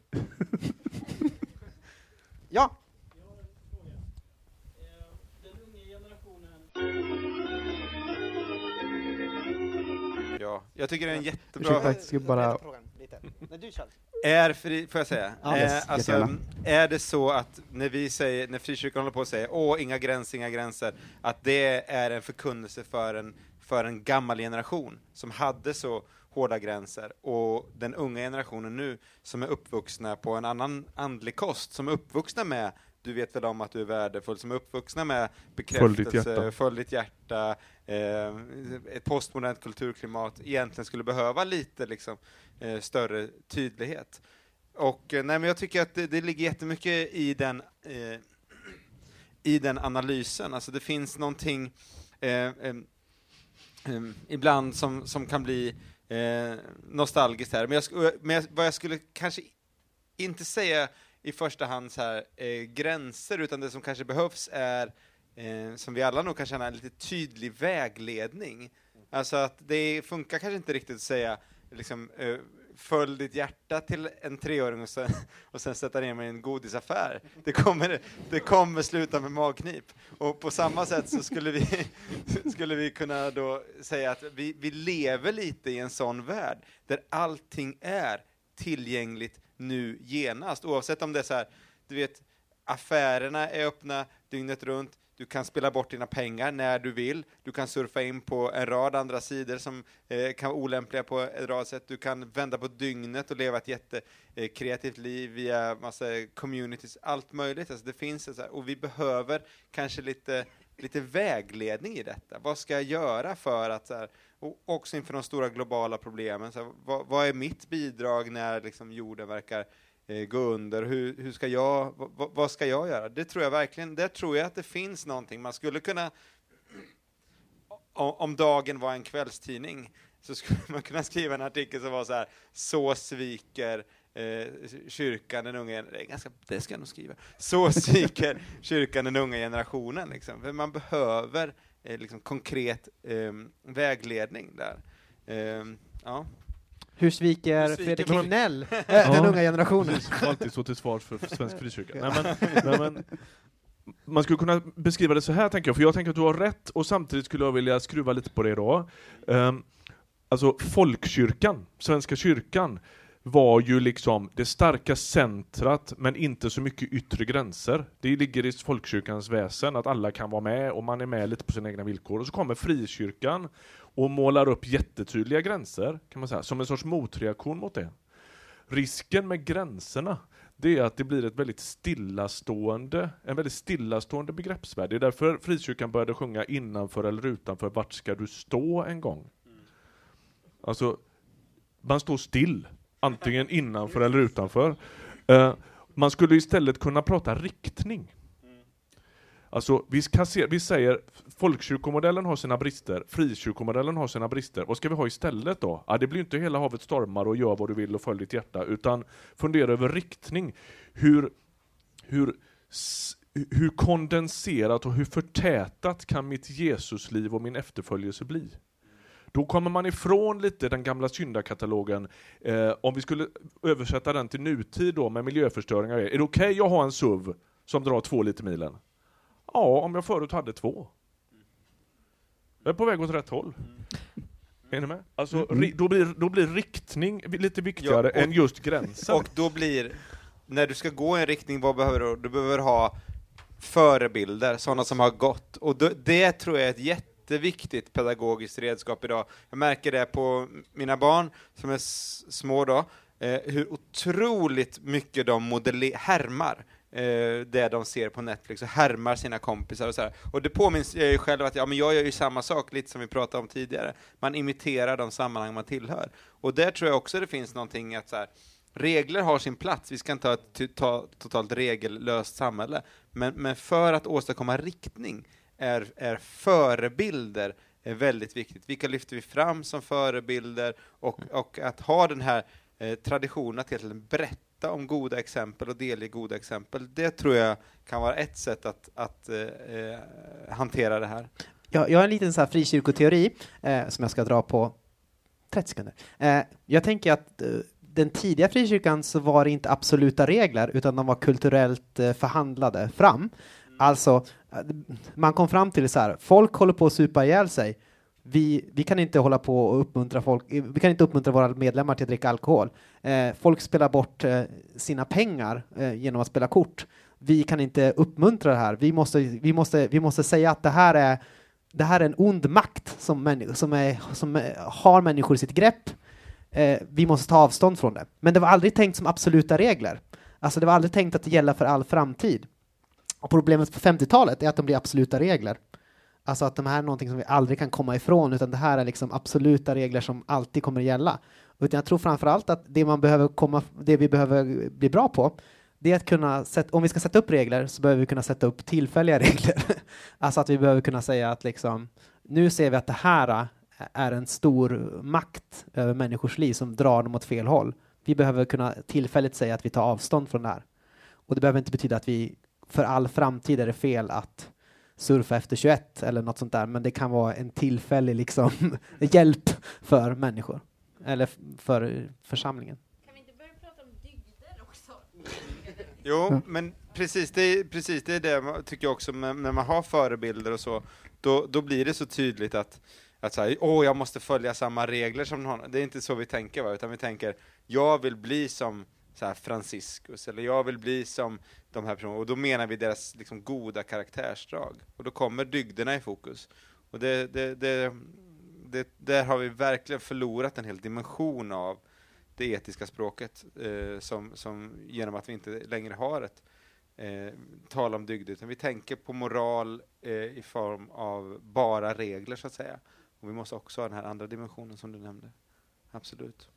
Ja. Ja, jag tycker det är en jättebra... Ursäkta, jag ska bara... När du kör. Är fri, får jag säga? Ja, eh, yes, alltså, jättegärna. är det så att när vi säger, när frikyrkan håller på att säga åh, inga gränser, inga gränser, att det är en förkunnelse för en, för en gammal generation som hade så hårda gränser och den unga generationen nu som är uppvuxna på en annan andlig kost, som är uppvuxna med du vet väl om att du är värdefull, som är uppvuxna med bekräftelse, följ ditt hjärta, eh, ett postmodernt kulturklimat egentligen skulle behöva lite liksom, eh, större tydlighet. Och eh, nej, men jag tycker att det, det ligger jättemycket i den, eh, i den analysen. Alltså det finns någonting eh, eh, eh, ibland som, som kan bli eh, nostalgiskt här. Men, jag, men jag, vad jag skulle kanske inte säga i första hand så här, eh, gränser, utan det som kanske behövs är, eh, som vi alla nog kan känna, en lite tydlig vägledning. Alltså att det funkar kanske inte riktigt att säga liksom, eh, följ ditt hjärta till en treåring och sen, och sen sätta ner med en godisaffär. Det kommer, det kommer sluta med magknip. Och på samma sätt så skulle vi, skulle vi kunna då säga att vi, vi lever lite i en sån värld där allting är tillgängligt nu genast, oavsett om det är så här, du vet, affärerna är öppna dygnet runt, du kan spela bort dina pengar när du vill, du kan surfa in på en rad andra sidor som eh, kan vara olämpliga på ett rad sätt, du kan vända på dygnet och leva ett jättekreativt liv via massa communities, allt möjligt, alltså det finns så här, och vi behöver kanske lite, lite vägledning i detta. Vad ska jag göra för att så här, och också inför de stora globala problemen. Så vad, vad är mitt bidrag när liksom jorden verkar eh, gå under? Hur, hur ska jag, vad, vad ska jag göra? Det tror jag verkligen, där tror jag att det finns någonting. Man skulle kunna, om, om dagen var en kvällstidning, så skulle man kunna skriva en artikel som var så här, så sviker eh, kyrkan den unga, det är ganska, det ska jag nog skriva. Så sviker kyrkan den unga generationen. Liksom. För man behöver liksom konkret eh, vägledning där. Eh, ja. Hur sviker, Hur sviker Fredrik man- Lignell äh, den unga generationen? Alltid så till svars för svensk frikyrka. Nej, men, nej, men, man skulle kunna beskriva det så här, tänker jag, för jag tänker att du har rätt, och samtidigt skulle jag vilja skruva lite på det då. Um, alltså folkkyrkan, Svenska kyrkan, var ju liksom det starka centrat, men inte så mycket yttre gränser. Det ligger i folkkyrkans väsen att alla kan vara med och man är med lite på sina egna villkor. Och så kommer frikyrkan och målar upp jättetydliga gränser, kan man säga, som en sorts motreaktion mot det. Risken med gränserna, det är att det blir ett väldigt stillastående, en väldigt stillastående begreppsvärld. Det är därför frikyrkan började sjunga innanför eller utanför, vart ska du stå en gång? Alltså, man står still. Antingen innanför eller utanför. Uh, Man skulle istället kunna prata riktning. Alltså, vi, kan se, vi säger folkkyrkomodellen har sina brister, frikyrkomodellen har sina brister. Vad ska vi ha istället då? Ja, det blir inte hela havet stormar och gör vad du vill och följ ditt hjärta, utan fundera över riktning. Hur, hur, hur kondenserat och hur förtätat kan mitt Jesusliv och min efterföljelse bli? Då kommer man ifrån lite den gamla syndakatalogen. Eh, om vi skulle översätta den till nutid då med miljöförstöringar. Är det okej okay att ha en S U V som drar två liter milen? Ja, om jag förut hade två. Jag är på väg åt rätt håll. Mm. Är ni med? Alltså, mm. ri- då, blir, då blir riktning lite viktigare ja, och, än just gränsen. Och då blir, när du ska gå i en riktning, vad behöver du? Du behöver ha förebilder, sådana som har gått. Och då, det tror jag är ett jätteviktigt pedagogiskt redskap idag. Jag märker det på mina barn som är s- små då. Eh, hur otroligt mycket de modeller- härmar. Uh, det de ser på Netflix och härmar sina kompisar och så här. Och det påminns jag ju själv att ja, men jag gör ju samma sak lite som vi pratade om tidigare. Man imiterar de sammanhang man tillhör. Och där tror jag också det finns någonting att så här, regler har sin plats. Vi ska inte ha ett t- ta, totalt regellöst samhälle. Men, men för att åstadkomma riktning är, är förebilder är väldigt viktigt. Vilka lyfter vi fram som förebilder och, och att ha den här eh, traditionen att helt berätta om goda exempel och delge goda exempel. Det tror jag kan vara ett sätt att, att eh, hantera det här. Jag, jag har en liten så här frikyrkoteori eh, som jag ska dra på trettio sekunder. Eh, jag tänker att eh, den tidiga frikyrkan så var det inte absoluta regler utan de var kulturellt eh, förhandlade fram. Mm. Alltså, man kom fram till så här, folk håller på att supa ihjäl sig. Vi, vi kan inte hålla på och uppmuntra folk, vi kan inte uppmuntra våra medlemmar till att dricka alkohol. Eh, folk spelar bort eh, sina pengar eh, genom att spela kort. Vi kan inte uppmuntra det här. Vi måste, vi måste, vi måste säga att det här är, det här är en ond makt som, män, som, är, som är, har människor i sitt grepp. Eh, vi måste ta avstånd från det. Men det var aldrig tänkt som absoluta regler. Alltså det var aldrig tänkt att det gäller för all framtid. Och problemet på femtiotalet är att de blir absoluta regler. Alltså att de här är någonting som vi aldrig kan komma ifrån, utan det här är liksom absoluta regler som alltid kommer att gälla. Utan jag tror framförallt att det man behöver komma, det vi behöver bli bra på, det är att kunna sätta, om vi ska sätta upp regler så behöver vi kunna sätta upp tillfälliga regler. Alltså att vi behöver kunna säga att liksom, nu ser vi att det här är en stor makt över människors liv som drar dem åt fel håll. Vi behöver kunna tillfälligt säga att vi tar avstånd från det här. Och det behöver inte betyda att vi för all framtid är det fel att surfa efter tjugoett eller något sånt där, men det kan vara en tillfällig liksom hjälp för människor eller f- för församlingen. Kan vi inte börja prata om dygder också? Jo, men precis det, är, precis det är det man tycker jag också med, när man har förebilder och så, då, då blir det så tydligt att att så här, åh, jag måste följa samma regler som någon. Det är inte så vi tänker, va? Utan vi tänker, jag vill bli som så här Franciscus, eller jag vill bli som de här personerna, och då menar vi deras liksom goda karaktärsdrag, och då kommer dygderna i fokus, och det, det, det, det, där har vi verkligen förlorat en hel dimension av det etiska språket eh, som, som genom att vi inte längre har ett eh, tal om dygd, utan vi tänker på moral eh, i form av bara regler så att säga, och vi måste också ha den här andra dimensionen som du nämnde. Absolut.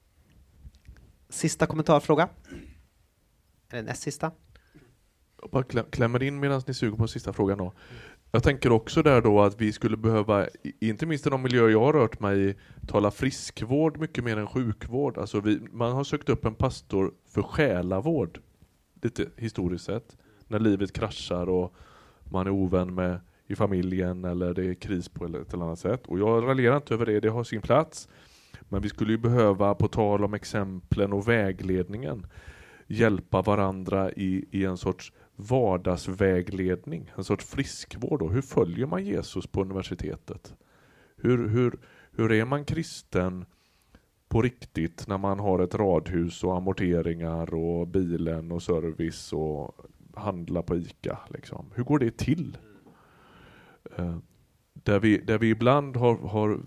Sista kommentarfråga. Eller näst sista. Jag bara kläm, klämmer in medan ni suger på sista frågan då. Jag tänker också där då att vi skulle behöva, inte minst i de miljöer jag har rört mig i, tala friskvård mycket mer än sjukvård. Alltså vi, man har sökt upp en pastor för själavård, lite historiskt sett. När livet kraschar och man är ovän med i familjen eller det är kris på ett eller annat sätt. Och jag raljerar inte över det, det har sin plats. Men vi skulle ju behöva, på tal om exemplen och vägledningen, hjälpa varandra i, i en sorts vardagsvägledning, en sorts friskvård. Och hur följer man Jesus på universitetet? Hur, hur, hur är man kristen på riktigt när man har ett radhus och amorteringar och bilen och service och handla på ICA? Liksom? Hur går det till? Uh, där, vi, där vi ibland har... har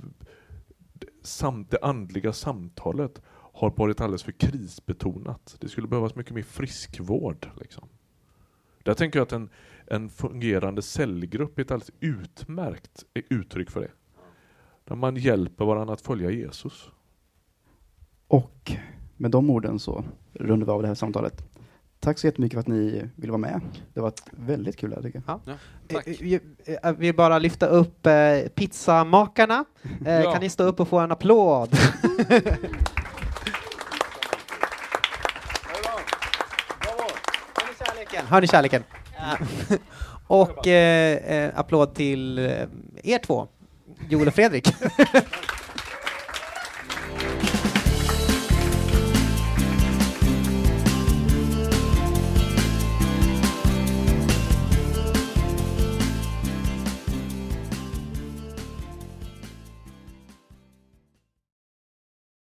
Samt det andliga samtalet har varit alldeles för krisbetonat. Det skulle behövas mycket mer friskvård. Liksom. Där tänker jag att en, en fungerande cellgrupp är ett alldeles utmärkt uttryck för det. Där man hjälper varandra att följa Jesus. Och med de orden så rundar vi av det här samtalet. tack så jättemycket för att ni ville vara med. Det var ett väldigt kul här, tycker jag. Ja. Ja, tack. Eh, Vi, eh, vi bara lyfta upp eh, pizzamakarna. Eh, Ja. Kan ni stå upp och få en applåd? Hör ni kärleken? Eh, och eh, eh, applåd till eh, er två, Joel och Fredrik.